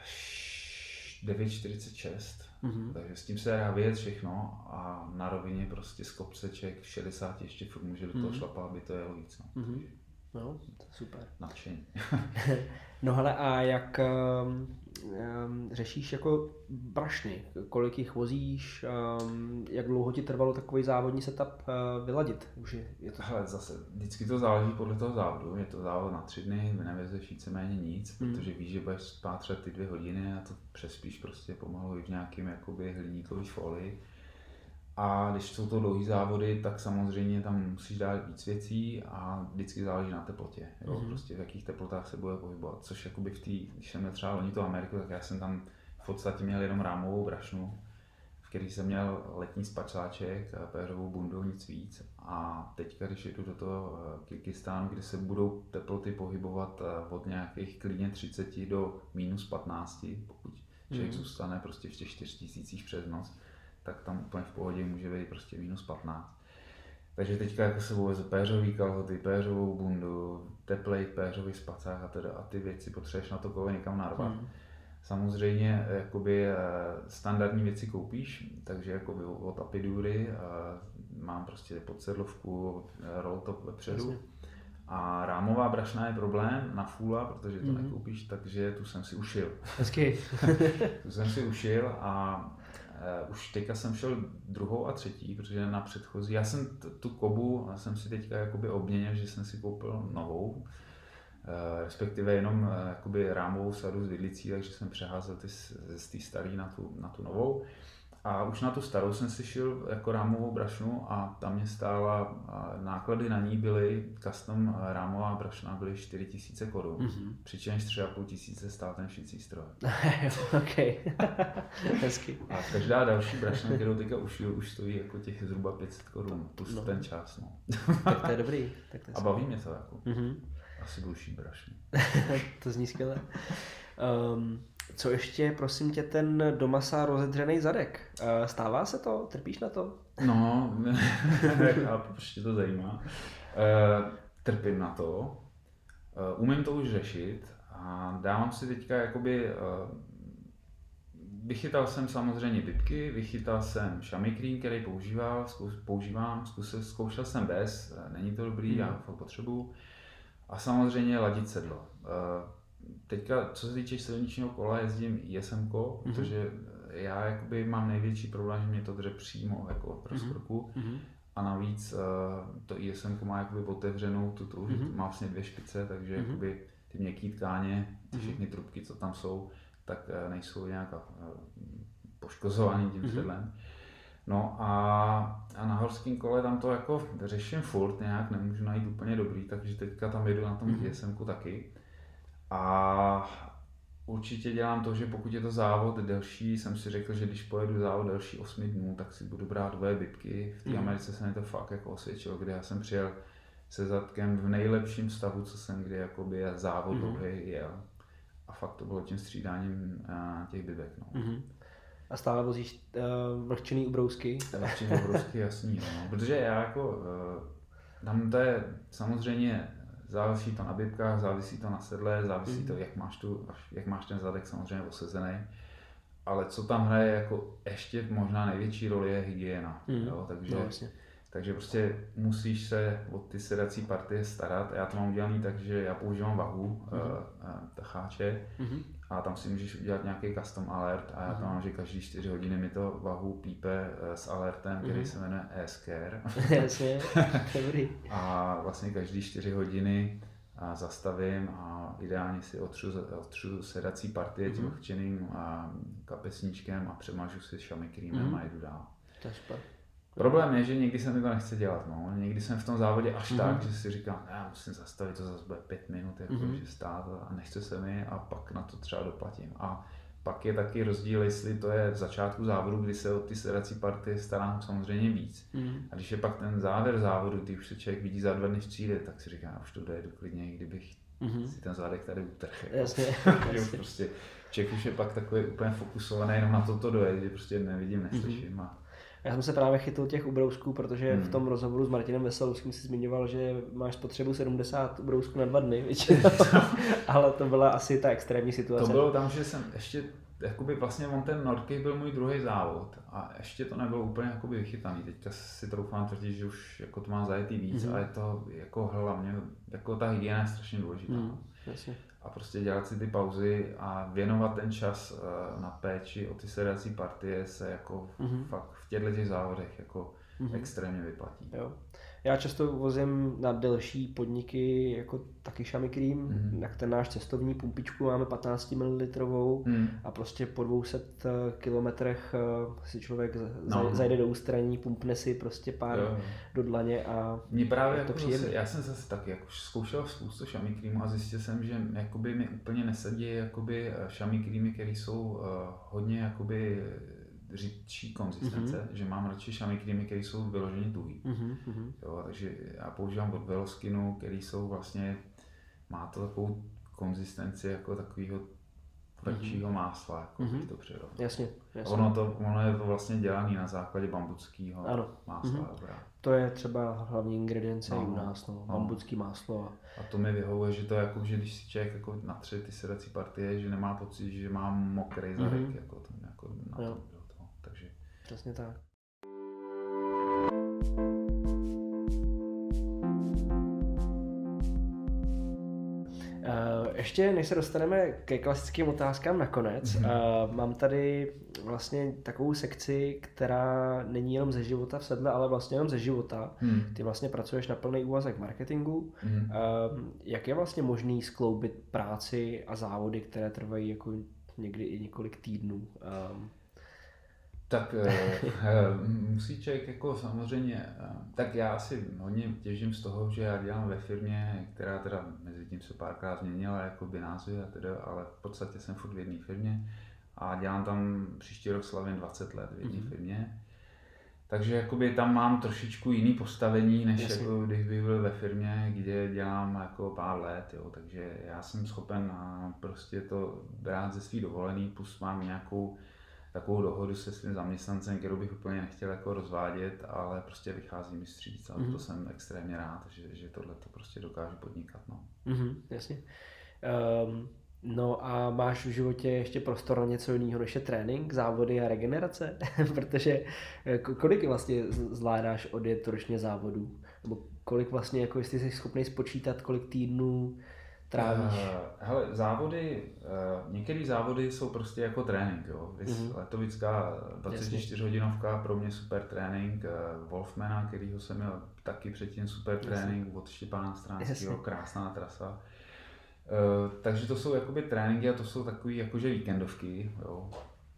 Speaker 2: šest, mm-hmm. takže s tím se dá vyjet všechno a na rovině prostě z kopceček v šedesát ještě furt může do toho mm. šlapat, aby to jelo víc. No,
Speaker 1: mm-hmm. no to super.
Speaker 2: Nadšení.
Speaker 1: No hele, a jak um, um, řešíš jako brašny, kolik jich vozíš, um, jak dlouho ti trvalo takový závodní setup uh, vyladit? Už je, je to...
Speaker 2: Hele, zase, vždycky to záleží podle toho závodu, je to závod na tři dny, nevezeš víceméně nic, mm. protože víš, že budeš spátřet ty dvě hodiny a to přespíš prostě pomalu v nějakým jakoby hliníkový folii. A když jsou to dlouhý závody, tak samozřejmě tam musíš dát víc věcí a vždycky záleží na teplotě. Jo? Mm-hmm. Prostě v jakých teplotách se bude pohybovat. Což jakoby v té, když jsem měl třeba loni tu Ameriku, tak já jsem tam v podstatě měl jenom rámovou brašnu, v který jsem měl letní spačáček a péřovou bundu, nic víc. A teďka, když jdu do toho Kyrgyzstánu, kde se budou teploty pohybovat od nějakých klidně třicet do minus patnáct, pokud člověk mm-hmm. zůstane prostě v těch čtyři tisících přes noc, tak tam úplně v pohodě může být prostě minus patnáct. Takže teďka jako se vůbec péřový kalhoty, péřovou bundu, teplej péřový spacák a, teda, a ty věci potřebuješ na to kolo někam narvat. Hmm. Samozřejmě jakoby standardní věci koupíš, takže jakoby od Apidury mám prostě podsedlovku, roll top vepředu. A rámová brašna je problém na fůla, protože to mm. nekoupíš, takže tu jsem si ušil.
Speaker 1: Hezky.
Speaker 2: Tu jsem si ušil a uh, už teďka jsem šel druhou a třetí, protože na předchozí, já jsem t- tu kobu, já jsem si teďka jakoby obměnil, že jsem si koupil novou, uh, respektive jenom uh, jakoby rámovou sadu z vidlicí, takže jsem přeházel ty z té staré na tu, na tu novou. A už na tu starou jsem si šil jako rámovou brašnu a tam mě stála, náklady na ní byly, custom rámová brašna byly čtyři tisíce korun, mm-hmm. přičemž tři a půl tisíce stál ten šicí stroj.
Speaker 1: OK, hezky.
Speaker 2: A každá další brašna, kterou teďka ušil, už stojí jako těch zhruba pět set korun, plus no. ten čas. No.
Speaker 1: Tak to je dobrý. Tak to je
Speaker 2: a baví mě to jako.
Speaker 1: Mm-hmm.
Speaker 2: Asi budu šít brašny.
Speaker 1: To zní skvěle. Um, co ještě, prosím tě, ten do masa rozedřený zadek? Uh, stává se to? Trpíš na to?
Speaker 2: No, a proč tě to zajímá. Uh, trpím na to. Uh, umím to už řešit a dávám si teďka jakoby... Uh, vychytal jsem samozřejmě bibky, vychytal jsem chamois cream, který používal, zkus, používám, zkusil, zkoušel jsem bez, není to dobrý, mm. já to potřebuju. A samozřejmě ladit sedlo. Uh, Teďka, co se týče silničního kola, jezdím I S M ko, mm-hmm. protože já jakoby mám největší problém, že mě to dře přímo jako v rozkrku. Mm-hmm. A navíc uh, to I S M ko má jakoby otevřenou tuto, mm-hmm. má vlastně dvě špice, takže mm-hmm. jakoby ty měkké tkáně, ty všechny trubky, co tam jsou, tak uh, nejsou nějak uh, poškozovaný tím mm-hmm. sedlem. No a, a na horském kole tam to jako řeším furt, nějak nemůžu najít úplně dobrý, takže teďka tam jedu na tom mm-hmm. I S M ku taky. A určitě dělám to, že pokud je to závod delší, jsem si řekl, že když pojedu závod delší osmi dnů, tak si budu brát dvoje bibky. V té mm. Americe se mi to fakt jako osvědčilo, kde já jsem přijel se zadkem v nejlepším stavu, co jsem kdy jakoby závod dlouhý mm. jel. A fakt to bylo tím střídáním uh, těch bibek. No.
Speaker 1: Mm. A stále vozíš uh, vlhčený ubrousky?
Speaker 2: Vlhčený ubrousky, jasný. No. Protože já jako, uh, tam to je samozřejmě, závisí to na bibkách, závisí to na sedle, závisí mm. to, jak máš, tu, jak máš ten zadek samozřejmě osezený. Ale co tam hraje jako ještě možná největší roli je hygiena. Mm. Jo? Takže, no, takže prostě musíš se o ty sedací partie starat. Já to mám udělaný tak, že já používám vahu, mm. uh, tacháče mm. a tam si můžeš udělat nějaký custom alert a já tam mám, že každý čtyři hodiny mi to vahu pípe s alertem, který mm. se jmenuje e-scare.
Speaker 1: Jasně, dobrý.
Speaker 2: A vlastně každý čtyři hodiny a zastavím a ideálně si otřu, otřu sedací partie tím vlhčeným mm. kapesníčkem a přemažu si chamois creamem mm. a jdu dál.
Speaker 1: To je super.
Speaker 2: Problém je, že někdy se mi to nechce dělat, no. Někdy jsem v tom závodě až mm. tak, že si říkám, já musím zastavit, to zase bude pět minut, jako, mm. že stát a nechce se mi a pak na to třeba doplatím. A pak je taky rozdíl, jestli to je v začátku závodu, kdy se o ty sedací partie starám samozřejmě víc. Mm. A když je pak ten závěr závodu, ty už se člověk vidí za dva dny v třídě, tak si říkám, já už to dojedu klidně, kdybych mm. si ten zádek tady utrhl.
Speaker 1: Jasně.
Speaker 2: Jasně. Prostě člověk už je pak takový úplně fokusovaný jenom na toto dojet, že prostě nevidím, neslyším. Mm. A
Speaker 1: já jsem se právě chytil těch ubrousků, protože hmm. v tom rozhovoru s Martinem Veselovským si zmiňoval, že máš potřebu sedmdesát ubrousků na dva dny, většinou. Ale to byla asi ta extrémní situace.
Speaker 2: To bylo tam, že jsem ještě, jakoby vlastně on ten Nordkej byl můj druhý závod a ještě to nebylo úplně jakoby vychytaný. Teďka si troufám tvrdit, že už jako to mám zajetý víc hmm. a je to jako hlavně, jako ta hygiena je strašně důležitá. Hmm.
Speaker 1: Jasně.
Speaker 2: A prostě dělat si ty pauzy a věnovat ten čas uh, na péči o ty sedací partie se jako mm-hmm. fakt v těchto těch závodech jako mm-hmm. extrémně vyplatí.
Speaker 1: Jo. Já často vozím na delší podniky jako taky chamois cream, mm-hmm. na ten náš cestovní pumpičku máme patnáct mililitrů mm. a prostě po dvou set kilometrech si člověk no. zajde do ústraní, pumpne si prostě pár jo. do dlaně a
Speaker 2: mě právě jako to příjemné. Já jsem zase taky jako zkoušel spoustu chamois creamu a zjistil jsem, že jakoby mi úplně nesedí jakoby chamois creamy, které jsou uh, hodně jakoby řidčí konzistence, mm-hmm. že mám radši chamois creamy, které jsou vyloženě tuhý. Mm-hmm. Jo, takže já používám od Veloskinu, který jsou vlastně, má to takovou konzistenci jako takového tvrdšího mm-hmm. másla, jako mm-hmm. to přirovnám.
Speaker 1: Jasně, jasně.
Speaker 2: Ono, to, ono je to vlastně dělané na základě bambuckého
Speaker 1: ano.
Speaker 2: másla.
Speaker 1: Mm-hmm. Dobrá. To je třeba hlavní ingredience no, u nás, no, no. bambucký máslo.
Speaker 2: A to mi vyhovuje, že to je jako, že když si člověk jako natře ty sedací partie, že nemá pocit, že má mokrý zadek, mm-hmm. jako to, jako na to. Takže
Speaker 1: přesně tak. ještě než se dostaneme ke klasickým otázkám nakonec, mm-hmm. uh, mám tady vlastně takovou sekci, která není jenom ze života v sedle, ale vlastně jenom ze života. Mm. Ty vlastně pracuješ na plný úvazek marketingu. Mm. Uh, jak je vlastně možný skloubit práci a závody, které trvají jako někdy i několik týdnů? Um,
Speaker 2: Tak musí člověk jako samozřejmě, tak já si hodně těžím z toho, že já dělám ve firmě, která teda mezi tím se párkrát změnila jako by názvy a teda, ale v podstatě jsem furt v jedné firmě a dělám tam příští rok slavím dvacet let v jedné mm-hmm. firmě. Takže jakoby tam mám trošičku jiný postavení, než jako když bych byl ve firmě, kde dělám jako pár let, jo. Takže já jsem schopen prostě to brát ze svý dovolený, plus mám nějakou takovou dohodu se svým zaměstnancem, kterou bych úplně nechtěl jako rozvádět, ale prostě vychází mi vstříc a mm-hmm. to jsem extrémně rád, že, že tohle to prostě dokážu podnikat. No.
Speaker 1: Mm-hmm, jasně. Um, no a máš v životě ještě prostor na něco jiného, než je trénink, závody a regenerace? Protože kolik vlastně zvládáš odjet ročně závodů? Nebo kolik vlastně, jako jestli jsi schopný spočítat, kolik týdnů trávíš? Uh,
Speaker 2: hele, závody, uh, některé závody jsou prostě jako trénink, jo. Mm-hmm. Letovická dvacetičtyřhodinovka, pro mě super trénink, uh, Wolfmana, kterýho jsem měl taky předtím super Jasně. trénink od Štěpána Stránského, krásná trasa. Uh, takže to jsou jakoby tréninky a to jsou takový jakože víkendovky, jo.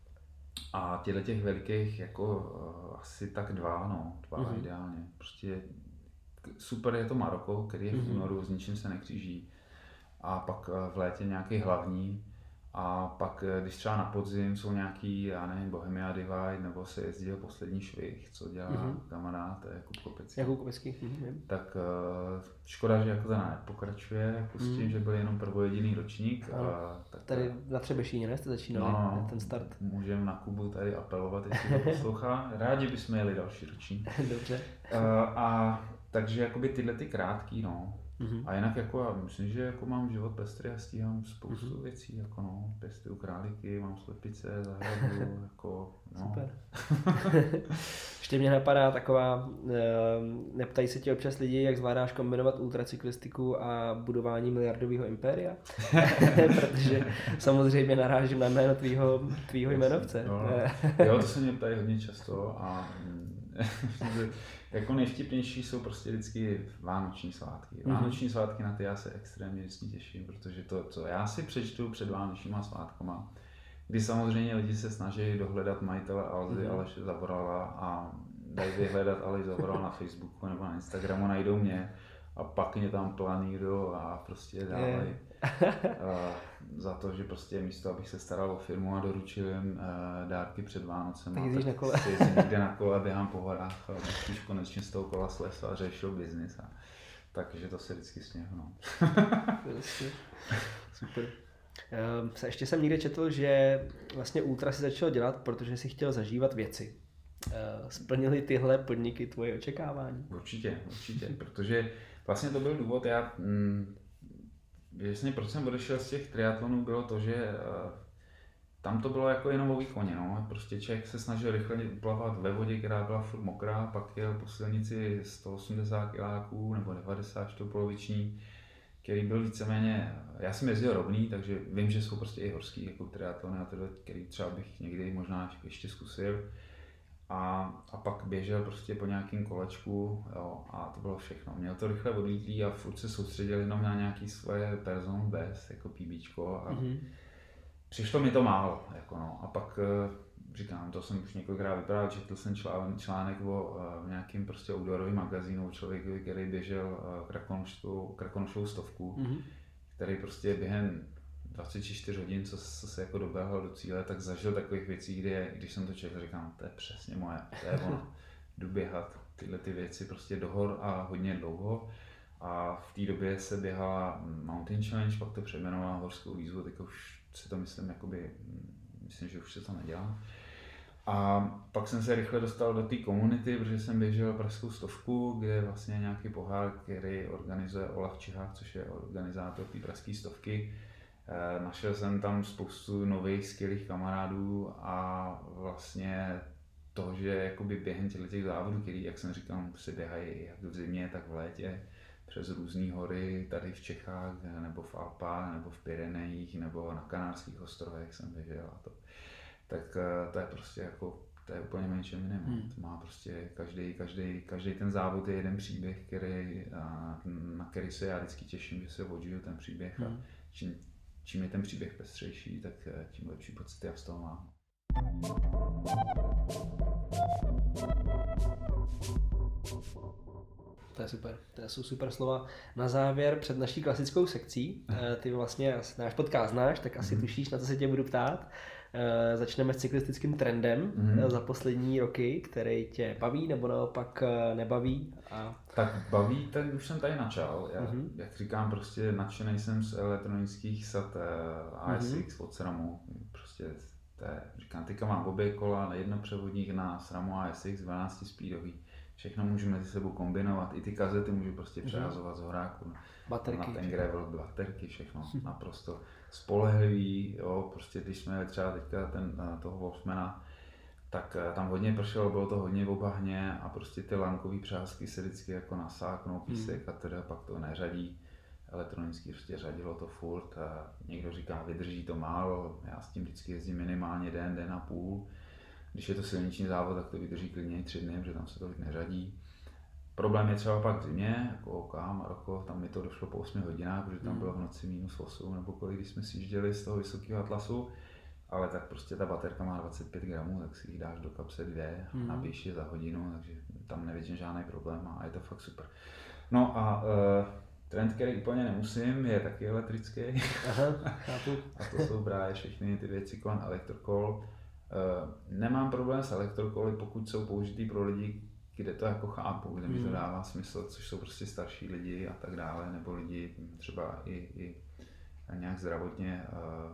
Speaker 2: A těchto těch velikých jako uh, asi tak dva, no, dva mm-hmm. ideálně. Prostě super je to Maroko, který je v únoru, mm-hmm. s ničím se nekříží. A pak v létě nějaký hlavní a pak když třeba na podzim jsou nějaký, já nevím, Bohemia Divide nebo se jezdil poslední švih, co dělá mm-hmm. kamarád Jakub Kopecký.
Speaker 1: Jakub Kopecký. Mm-hmm.
Speaker 2: Tak škoda, že jako to nepokračuje, jako mm. s tím, že byl jenom prvojediný ročník.
Speaker 1: A, tak tady na Třebešíně, ne? Jste začínali
Speaker 2: no,
Speaker 1: ten start.
Speaker 2: Můžeme na Kubu tady apelovat, jestli to poslouchá. Rádi bychom jeli další ročník.
Speaker 1: Dobře.
Speaker 2: A, a takže jakoby tyhle ty krátký, no. Mm-hmm. A jinak jako já myslím, že jako mám život pestrý a stíhám spoustu mm-hmm. věcí, jako no, pěstuju králíky, mám slepice, zahradu, jako no.
Speaker 1: Super. Ještě mě napadá taková, neptají se tě občas lidi, jak zvládáš kombinovat ultracyklistiku a budování miliardového impéria? Protože samozřejmě narážím na jméno tvýho, tvýho jmenovce.
Speaker 2: No, jo, to se mě ptají hodně často a jako nejvtipnější jsou prostě vždycky vánoční svátky. Vánoční svátky, na ty já se extrémně vždycky těším, protože to, co já si přečtu před vánočníma svátkama, kdy samozřejmě lidi se snaží dohledat majitele Alzy mm. Aleše Zavorala a dají vyhledat Aleš Zavoral na Facebooku nebo na Instagramu, najdou mě a pak mě tam planírujou a prostě dávají za to, že prostě místo, abych se staral o firmu a doručil jim dárky před Vánocem,
Speaker 1: tak jezdíš na kole.
Speaker 2: Si jezdím někde na kole, běhám po horách a už konečně z toho kola slez a řešil biznis. A takže to se vždycky směju, no.
Speaker 1: Super. Um, ještě jsem někde četl, že vlastně ultra si začal dělat, protože si chtěl zažívat věci. Uh, splnily tyhle podniky tvoje očekávání?
Speaker 2: Určitě, určitě, protože vlastně to byl důvod, já, mm, vlastně proč jsem odešel z těch triatlonů, bylo to, že uh, tam to bylo jako jenom o výkoně, no. Prostě člověk se snažil rychle plavat ve vodě, která byla furt mokrá, pak jel po silnici sto osmdesát kiláků nebo devadesát čtyřpoloviční, který byl víceméně, já jsem jezdil rovný, takže vím, že jsou prostě i horský jako triatlony a tyhle, který třeba bych někdy možná ještě zkusil. A, a pak běžel prostě po nějakém kolečku, jo, a to bylo všechno. Měl to rychle odlítlý a furt se soustředil jenom na nějaký svoje personal best, jako PBčko a mm-hmm. přišlo mi to málo, jako no. A pak říkám, to jsem už několikrát vyprávěl, četl jsem článek, článek o uh, nějakým prostě outdoorovým magazínu o člověku, který běžel uh, krakonošskou, krakonošovou stovku, mm-hmm. který prostě během dvacet čtyři hodin, co, co se jako doběhl do cíle, tak zažil takových věcí, kdy, když jsem to četl, říkám, to je přesně moje, to je ono, jdu běhat tyhle ty věci prostě do hor a hodně dlouho. A v té době se běhala Mountain Challenge, pak to přejmenovala horskou výzvu, teď už si to myslím, jakoby, myslím, že už se to nedělá. A pak jsem se rychle dostal do té komunity, protože jsem běžel pražskou stovku, kde je vlastně nějaký pohár, který organizuje Olaf Čihák, což je organizátor té pražské stovky. Našel jsem tam spoustu nových skvělých kamarádů a vlastně to, že jakoby během těch závodů, který, jak jsem říkal, se běhají jak v zimě, tak v létě, přes různé hory tady v Čechách, nebo v Alpách, nebo v Pyrenejích, nebo na Kanárských ostrovech jsem běžel a to. Tak to je prostě jako, to je úplně menší minimum. Hmm. To má prostě každý, každý, každý ten závod je jeden příběh, který, na který se já vždycky těším, že se odžiju ten příběh hmm. a čím, čím je ten příběh pestřejší, tak tím lepší pocity já z toho mám.
Speaker 1: To je super, to jsou super slova. Na závěr před naší klasickou sekcí, ty vlastně náš podcast znáš, tak asi mm-hmm. tušíš, na co se tě budu ptát. Začneme s cyklistickým trendem mm-hmm. za poslední roky, který tě baví nebo naopak nebaví. A...
Speaker 2: Tak baví, tak už jsem tady načal. Já, mm-hmm. jak říkám, prostě nadšený jsem z elektronických sat A S X mm-hmm. od SRAMu. Prostě to je, říkám, teďka mám obě kola, jednopřevodník na SRAMu A S X, dvanáct speedový. Všechno můžu mezi sebou kombinovat, i ty kazety můžu prostě přehazovat z horáku
Speaker 1: baterky,
Speaker 2: na ten gravel, baterky, všechno naprosto spolehlivý, jo, prostě když jsme třeba teďka ten, toho Wolfmana, tak tam hodně pršelo, bylo to hodně v obahně a prostě ty lankový přehazky se vždycky jako nasáknou, písek hmm. a teda pak to neřadí. Elektronicky prostě řadilo to furt a někdo říká, vydrží to málo, já s tím vždycky jezdím minimálně den, den a půl. Když je to silniční závod, tak to vydrží klidně i tři dny, protože tam se tolik neřadí. Problém je třeba pak v zimě, jako OK, Maroko, tam mi to došlo po osmi hodinách, protože tam bylo v noci minus osm nebo kolik, když jsme si jížděli z toho vysokého Atlasu. Ale tak prostě ta baterka má dvacet pět gramů, tak si jich dáš do kapse dvě a nabíjíš je za hodinu, takže tam nevidím žádný problém a je to fakt super. No a uh, trend, který úplně nemusím, je taky elektrický.
Speaker 1: Aha, chápu.
Speaker 2: A to jsou právě všechny ty věci kolem elektrokol. Uh, nemám problém s elektrokoly, pokud jsou použitý pro lidi, kde to jako chápu, kde mi to dává smysl, což jsou prostě starší lidi a tak dále, nebo lidi třeba i, i nějak zdravotně, uh,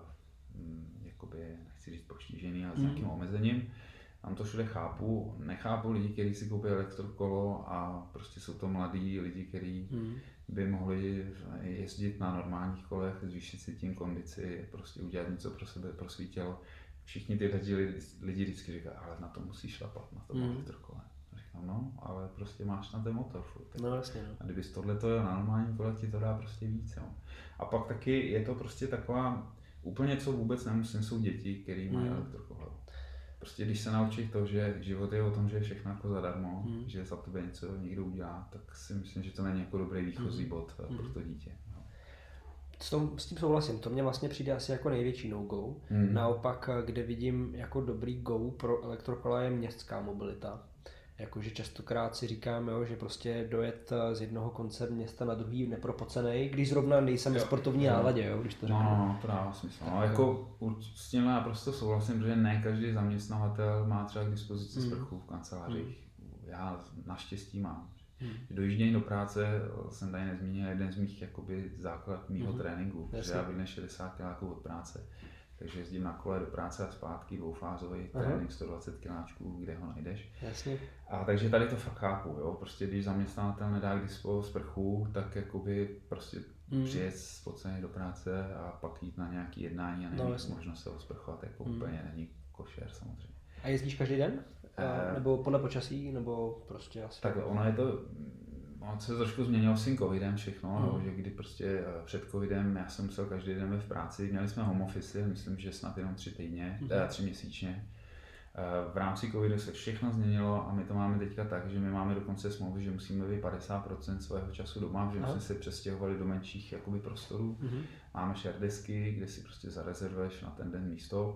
Speaker 2: jakoby, nechci říct poštížený, ale s nějakým omezením. Tam to všude chápu, nechápu lidi, kteří si koupí elektrokolo a prostě jsou to mladí lidi, kteří mm. by mohli jezdit na normálních kolech, zvýšit si tím kondici, prostě udělat něco pro sebe, pro svý tělo. Všichni tyhle lidi, lidi vždycky říkají, ale na to musíš šlapat, na tom mm. elektrokole. Říkám, no, ale prostě máš na ten motor furt.
Speaker 1: No, jasně, no.
Speaker 2: A kdybys tohleto jel na normálním kole, ti to dá prostě víc. Jo. A pak taky je to prostě taková, úplně co vůbec nemusím, jsou děti, který mají mm. elektrokolo. Prostě když se naučí to, že život je o tom, že je všechno jako zadarmo, mm. že za tebe něco někdo udělá, tak si myslím, že to není jako dobrý výchozí mm. bod mm. pro to dítě. No.
Speaker 1: S, tom, s tím souhlasím, to mně vlastně přijde asi jako největší no-go. Mm. Naopak, kde vidím jako dobrý go pro elektrokola je městská mobilita. Jakože častokrát si říkáme, jo, že prostě dojet z jednoho konce města na druhý nepropocenej, když zrovna nejsem ve sportovní náladě, jo, když to řeknu.
Speaker 2: No, no, to dává smysl. No, jako s tím naprosto souhlasím, že ne každý zaměstnavatel má třeba k dispozici hmm. sprchu v kancelářích. Hmm. Já naštěstí mám. Hmm. Dojíždění do práce jsem tady nezmínil jeden z mých jakoby základ mýho hmm. tréninku, protože já bydlím šedesát kiláků od práce. Takže jezdím na kole do práce a zpátky, dvoufázový trénink sto dvacet kiláčků, kde ho najdeš.
Speaker 1: Jasně.
Speaker 2: A takže tady to fakt chápu, jo. Prostě když zaměstnavatel nedá k dispo sprchu, tak jakoby prostě mm. přijet spocený do práce a pak jít na nějaký jednání a nemít no, možnost se osprchovat, jako mm. úplně není košer samozřejmě.
Speaker 1: A jezdíš každý den? E... Nebo podle počasí, nebo prostě asi?
Speaker 2: Tak ono je to, ono se trošku změnilo s tím covidem všechno, mm. no, že kdy prostě před covidem já jsem musel každý den v práci, měli jsme home office, myslím, že snad jenom tři týdně, mm. teda tři měsíčně. V rámci covidu se všechno změnilo a my to máme teďka tak, že my máme dokonce smlouvy, že musíme být padesát procent svého času doma, že jsme se přestěhovali do menších jakoby prostorů. Mm. Máme share desky, kde si prostě zarezervuješ na ten den místo.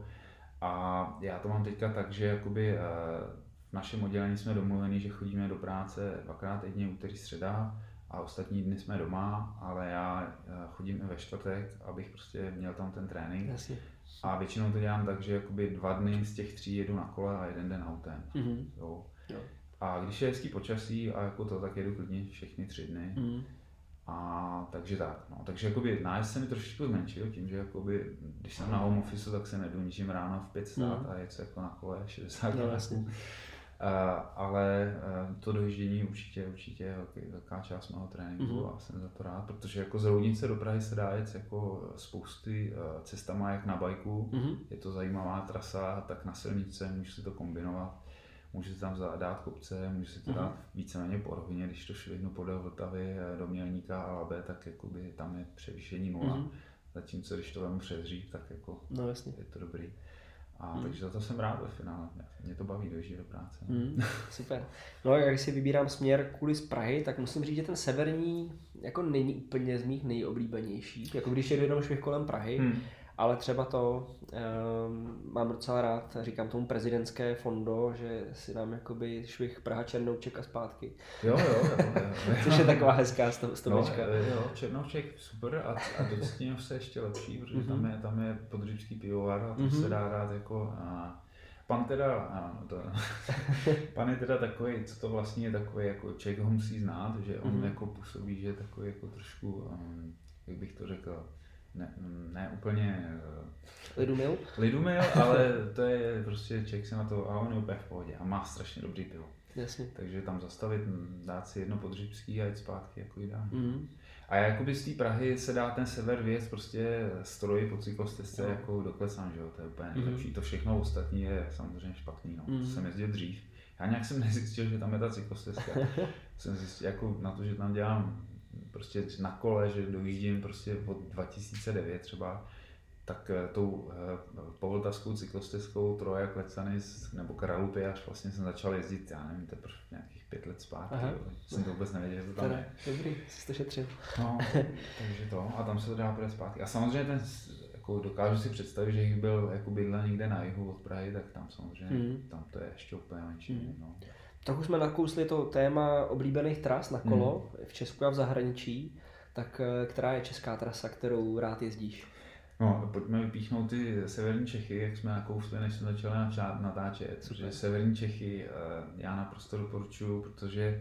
Speaker 2: A já to mám teďka tak, že jakoby v našem oddělení jsme domluveni, že chodíme do práce dvakrát týdně, úterý, středa a ostatní dny jsme doma, ale já chodím i ve čtvrtek, abych prostě měl tam ten trénink.
Speaker 1: Jasně.
Speaker 2: A většinou to dělám tak, že jakoby dva dny z těch tří jedu na kole a jeden den autem. Mm-hmm. Jo. Jo. A když je hezký počasí a jako to, tak jedu klidně všechny tři dny. Mm. A takže tak, no. Takže jakoby nájezd se mi trošičku zmenšil tím, že jakoby, když jsem na home office, tak se nedu ničím ráno v pět stát mm. a jet se jako na kole šedesát kiláků. Uh, ale uh, to dojíždění určitě, určitě je velký, velká část mého tréninku mm-hmm. a jsem za to rád, protože jako z Roudnice do Prahy se dá jet jako spousty uh, cestama jak na bajku, mm-hmm. je to zajímavá trasa, tak na silnice můžu si to kombinovat. může se tam dát kopce, může se to dát uh-huh. víceméně po rovině, když to švihnu podél Vltavy do Mělníka a Labe, tak jakoby tam je převýšení nula. Uh-huh. Zatímco když to vemu přes Říp, tak jako
Speaker 1: no, jasně.
Speaker 2: je to dobrý. A
Speaker 1: mm.
Speaker 2: takže za to jsem rád ve finále. Mě to baví dojíždět do práce.
Speaker 1: Mm, super. No a jak si vybírám směr kvůli z Prahy, tak musím říct, že ten severní jako není úplně z mých nejoblíbenějších. Jako když jedu jenom švih kolem Prahy, mm. ale třeba to um, mám docela rád, říkám tomu prezidentské fondo, že si dám jakoby švih Praha Černouček a zpátky.
Speaker 2: Jo, jo, jo. jo, jo.
Speaker 1: Což je taková hezká stomička.
Speaker 2: No, jo, Černouček super a, a do Ctínov se ještě lepší, protože mm-hmm. tam je, tam je podřípský pivovar a tam mm-hmm. se dá rád jako... A, pan teda, ano, to, pan je teda takový, co to vlastně je takový, jako člověk ho musí znát, že on mm-hmm. jako působí, že je takový jako trošku, um, jak bych to řekl, Ne, ne úplně
Speaker 1: lidumil,
Speaker 2: lidumil, ale to je prostě člověk se na to a on je úplně v pohodě a má strašně dobrý pivo.
Speaker 1: Jasně.
Speaker 2: Takže tam zastavit, dát si jedno podřípský a jít zpátky jako ideálně.
Speaker 1: Mm.
Speaker 2: A jakoby z té Prahy se dá ten sever věc prostě stroji po cyklostezce no. jako do Klesan, že jo, to je úplně nejlepší. Mm. To všechno ostatní je samozřejmě špatný, no. Mm. To jsem jezdil dřív. Já nějak jsem nezjistil, že tam je ta cyklostezka. Jsem zjistil jako na to, že tam dělám prostě na kole, že dojíždím prostě od dva tisíce devět třeba, tak tou povltavskou cyklostezkou Troja, Klecany nebo Kralupy až vlastně jsem začal jezdit, já nevím, teprve nějakých pět let zpátky, jo, jsem to vůbec nevěděl, že to tam je.
Speaker 1: Dobrý, jsi to šetřil.
Speaker 2: No, takže to, a tam se to dá půjde zpátky. A samozřejmě ten, jako dokážu si představit, že jich byl jako bydle někde na jihu od Prahy, tak tam samozřejmě, mm. tam to je ještě úplně menší. Mm. No.
Speaker 1: Tak už jsme nakousli to téma oblíbených tras na kolo hmm. v Česku a v zahraničí, tak která je česká trasa, kterou rád jezdíš?
Speaker 2: No, pojďme vypíchnout ty severní Čechy, jak jsme nakousli, než jsme začali natáčet. Protože severní Čechy já naprosto doporučuji, protože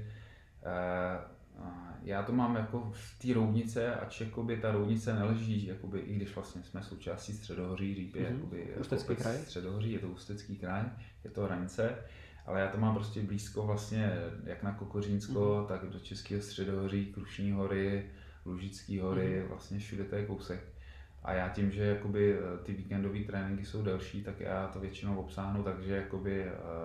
Speaker 2: já to mám jako v té Roudnice, ač jakoby ta Roudnice neleží, jakoby, i když vlastně jsme součástí Středohoří, Říp je mm-hmm. jakoby
Speaker 1: Ústecký kraj.
Speaker 2: Středohoří, je to Ústecký kraj, je to hranice. Ale já to mám prostě blízko vlastně jak na Kokořínsko, mm. tak do Českého Středohoří, Krušní hory, Lužický hory, mm. vlastně všude to je kousek. A já tím, že jakoby ty víkendové tréninky jsou delší, tak já to většinou obsáhnu, takže jakoby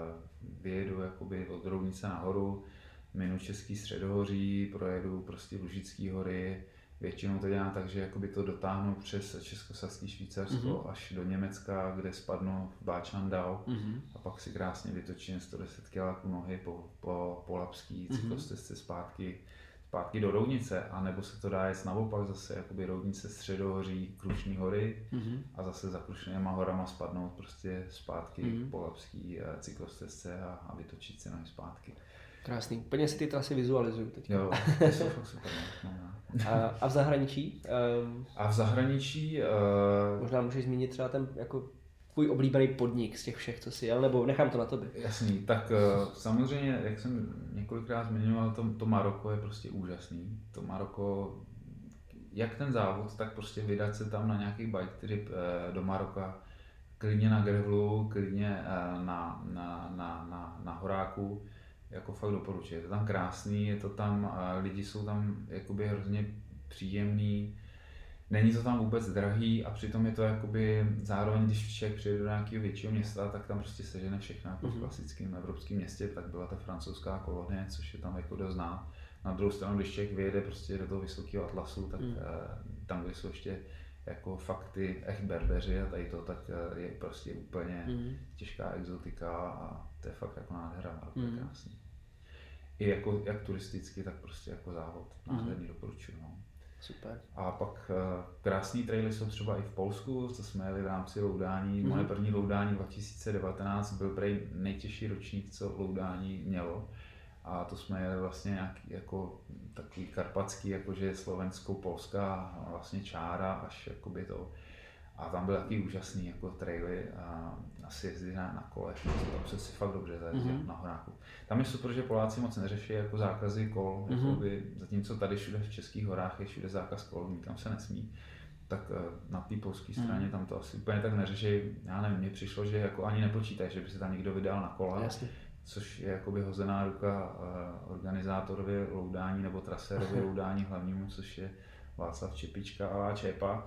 Speaker 2: vyjedu jakoby od Roudnice nahoru, minu Český Středohoří, projedu prostě Lužický hory. Většinou to dělám tak, že jakoby to dotáhnu přes Českosaský Švýcarsko mm-hmm. až do Německa, kde spadnu v Báčandau mm-hmm. a pak si krásně vytočím sto deset kiláků nohy po, po, po lapský cyklostezce zpátky, zpátky do Roudnice, anebo se to dá jet naopak zase jakoby Roudnice, Středohoří, Krušní hory mm-hmm. a zase za Krušnýma horama spadnout prostě zpátky mm-hmm. po lapský cyklostezce a, a vytočit si nohy zpátky.
Speaker 1: Krásný. Úplně si ty trasy vizualizuju teď.
Speaker 2: Jo, to jsou fakt super. No, no.
Speaker 1: A, a v zahraničí? Um,
Speaker 2: a v zahraničí... Uh,
Speaker 1: možná můžeš zmínit třeba ten jako tvůj oblíbený podnik z těch všech, co jsi jel, nebo nechám to na tobě.
Speaker 2: Jasný, tak uh, samozřejmě, jak jsem několikrát zmiňoval, to, to Maroko je prostě úžasný. To Maroko, jak ten závod, tak prostě vydat se tam na nějaký bike trip uh, do Maroka, klidně na grevlu, klidně uh, na, na, na, na, na horáku. Jako fakt doporučuji, je to tam krásný, je to tam, lidi jsou tam jakoby hrozně příjemný, není to tam vůbec drahý a přitom je to jakoby zároveň, když člověk přijde do nějakého většího města, tak tam prostě sežene všechno jako v klasickém evropském městě, tak byla ta francouzská kolonie, což je tam jako dost znát. Na druhou stranu, když člověk vyjede prostě do toho vysokého Atlasu, tak mm. tam, kde jsou ještě jako fakt ty echt berbeři a tady to, tak je prostě úplně mm. těžká exotika a to je fakt jako nádhera, mm. to je krásný. I jako, jak turisticky, tak prostě jako závod. Nádherný, mm. doporučuji. No.
Speaker 1: Super.
Speaker 2: A pak uh, krásný traily jsou třeba i v Polsku, co jsme jeli v rámci loudání. Mm. Moje první loudání dva tisíce devatenáct byl prej nejtěžší ročník, co loudání mělo. A to jsme jeli vlastně nějaký jako takový karpatský, jakože Slovensko, Polska, vlastně čára až jakoby to. A tam byl takový úžasný jako traily a asi jezdit na, na kole, tam se si fakt dobře zajezdil mm-hmm. na horáku. Tam je super, že Poláci moc neřeší jako zákazy kol, mm-hmm. jakoby, zatímco tady všude v českých horách je všude zákaz kol, nikam se nesmí. Tak na té polské straně mm. tam to asi úplně tak neřeší. Já nevím, mně přišlo, že jako ani nepočítají, že by se tam někdo vydal na kola.
Speaker 1: Jasně.
Speaker 2: Což je jakoby hozená ruka organizátorovi loudání nebo trasérovi loudání hlavnímu, což je Václav Čepička a Čepa,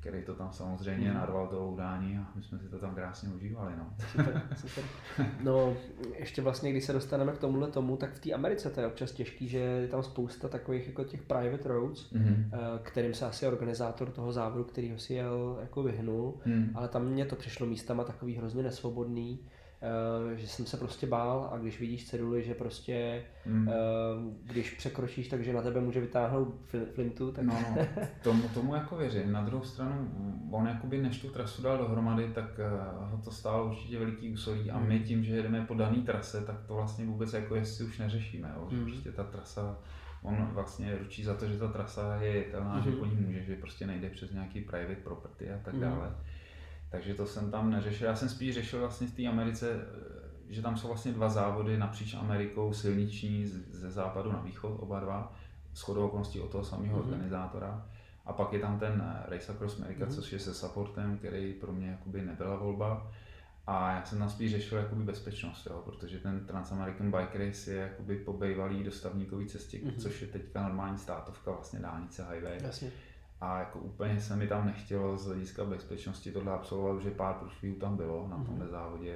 Speaker 2: který to tam samozřejmě mm. narval to loudání a my jsme si to tam krásně užívali. No.
Speaker 1: Super, super. No, ještě vlastně, když se dostaneme k tomuhle tomu, tak v té Americe to je občas těžký, že je tam spousta takových jako těch private roads, mm. kterým se asi organizátor toho závodu, který ho si jel, jako vyhnul, mm. ale tam mně to přišlo místama takový hrozně nesvobodný, že jsem se prostě bál a když vidíš ceduly, že prostě mm. když překročíš, takže na tebe může vytáhnout flintu, tak...
Speaker 2: No, no, tomu, tomu jako věřím. Na druhou stranu, on jakoby než tu trasu dal dohromady, tak ho to stálo určitě veliký úsilí a my tím, že jedeme po daný trase, tak to vlastně vůbec jako jestli už neřešíme, jo? Že mm. prostě ta trasa, on vlastně ručí za to, že ta trasa je jetelná, mm. že po ní může, že prostě nejde přes nějaký private property a tak dále. Mm. Takže to jsem tam neřešil. Já jsem spíš řešil vlastně v té Americe, že tam jsou vlastně dva závody napříč Amerikou, silniční ze západu na východ, oba dva, shodou okolností od toho samého mm-hmm. organizátora. A pak je tam ten Race Across America, mm-hmm. což je se supportem, který pro mě jakoby nebyla volba. A já jsem tam spíš řešil jakoby bezpečnost, jo, protože ten Trans-American Bike Race je jakoby po bývalý dostavníkový cestě, mm-hmm. což je teďka normální státovka, vlastně dálnice, highway.
Speaker 1: Jasně. A
Speaker 2: jako úplně se mi tam nechtělo z hlediska bezpečnosti tohle absolvovat, že pár průšvihů tam bylo na tomhle závodě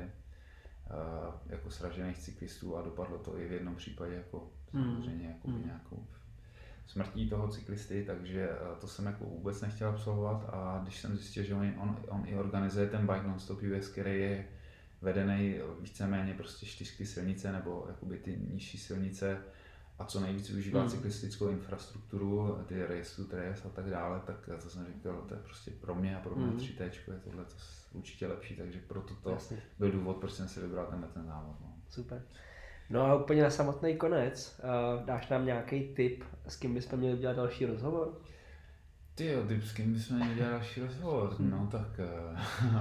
Speaker 2: uh, jako sražených cyklistů a dopadlo to i v jednom případě jako samozřejmě jako mm. nějakou smrtí toho cyklisty, takže uh, to jsem jako vůbec nechtěl absolvovat a když jsem zjistil, že on, on, on i organizuje ten Bike Nonstop U S, který je vedený víceméně prostě čtyřky silnice nebo jakoby ty nižší silnice, a co nejvíc využívá hmm. cyklistickou infrastrukturu, ty race to trace a tak dále, tak to jsem říkal, to je prostě pro mě a pro mě hmm. tři téčko je tohle to určitě lepší, takže proto to Jasně. byl důvod, proč jsem si vybral tenhle ten závod. No.
Speaker 1: Super. No a úplně na samotný konec, uh, dáš nám nějaký tip, s kým bychom měli udělat další rozhovor?
Speaker 2: Ty jo, tip, s kým bychom měli udělat další rozhovor? Hmm. No tak... Uh,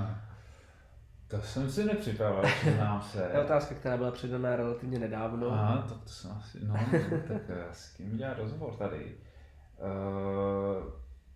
Speaker 2: To jsem si nepřipravil, přiznám se.
Speaker 1: To je otázka, která byla předaná relativně nedávno.
Speaker 2: Aha, tak to jsem asi, no, no tak s kým dělá rozhovor tady? Uh,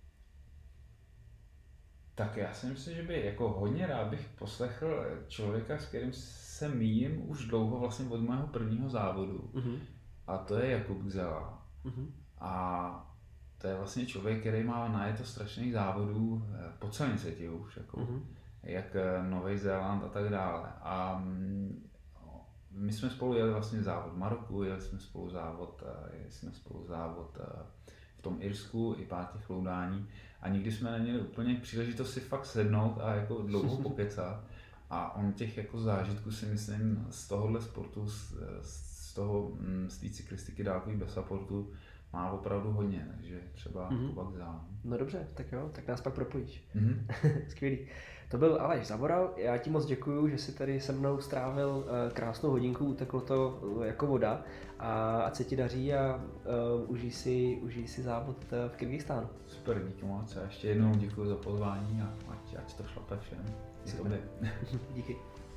Speaker 2: tak já si myslím, že by jako hodně rád bych poslechl člověka, s kterým se míjím už dlouho vlastně od mého prvního závodu. Uh-huh. A to je Jakub Gzela. Uh-huh. A to je vlastně člověk, který má najeto strašných závodů po celém světě už. Jako. Uh-huh. Jak Nový Zéland a tak dále. A my jsme spolu jeli vlastně závod v Maroku, jeli jsme spolu závod, jeli jsme spolu závod v tom Irsku, i pár těch loudání a nikdy jsme neměli úplně příležitost si fakt sednout a jako dlouho pokecat. A on těch jako zážitků si myslím z tohohle sportu, z, z toho, z té cyklistiky dálkový bez supportu má opravdu hodně, takže třeba mm-hmm. Kuba Gzela.
Speaker 1: No dobře, tak jo, tak nás pak propojíš. Mm-hmm. Skvělý. To byl Aleš Zavoral, já ti moc děkuju, že jsi tady se mnou strávil krásnou hodinku, uteklo to jako voda a ať se ti daří a uh, užij, si, užij si závod v Kyrgyzstánu.
Speaker 2: Super, díky moc a ještě jednou děkuju za pozvání a ať, ať to šlape všem.
Speaker 1: Díky.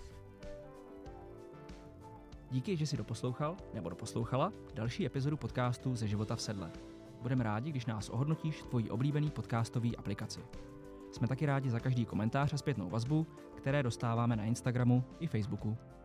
Speaker 3: Díky, že jsi doposlouchal nebo doposlouchala další epizodu podcastu Ze života v sedle. Budeme rádi, když nás ohodnotíš v tvojí oblíbený podcastový aplikaci. Jsme taky rádi za každý komentář a zpětnou vazbu, které dostáváme na Instagramu i Facebooku.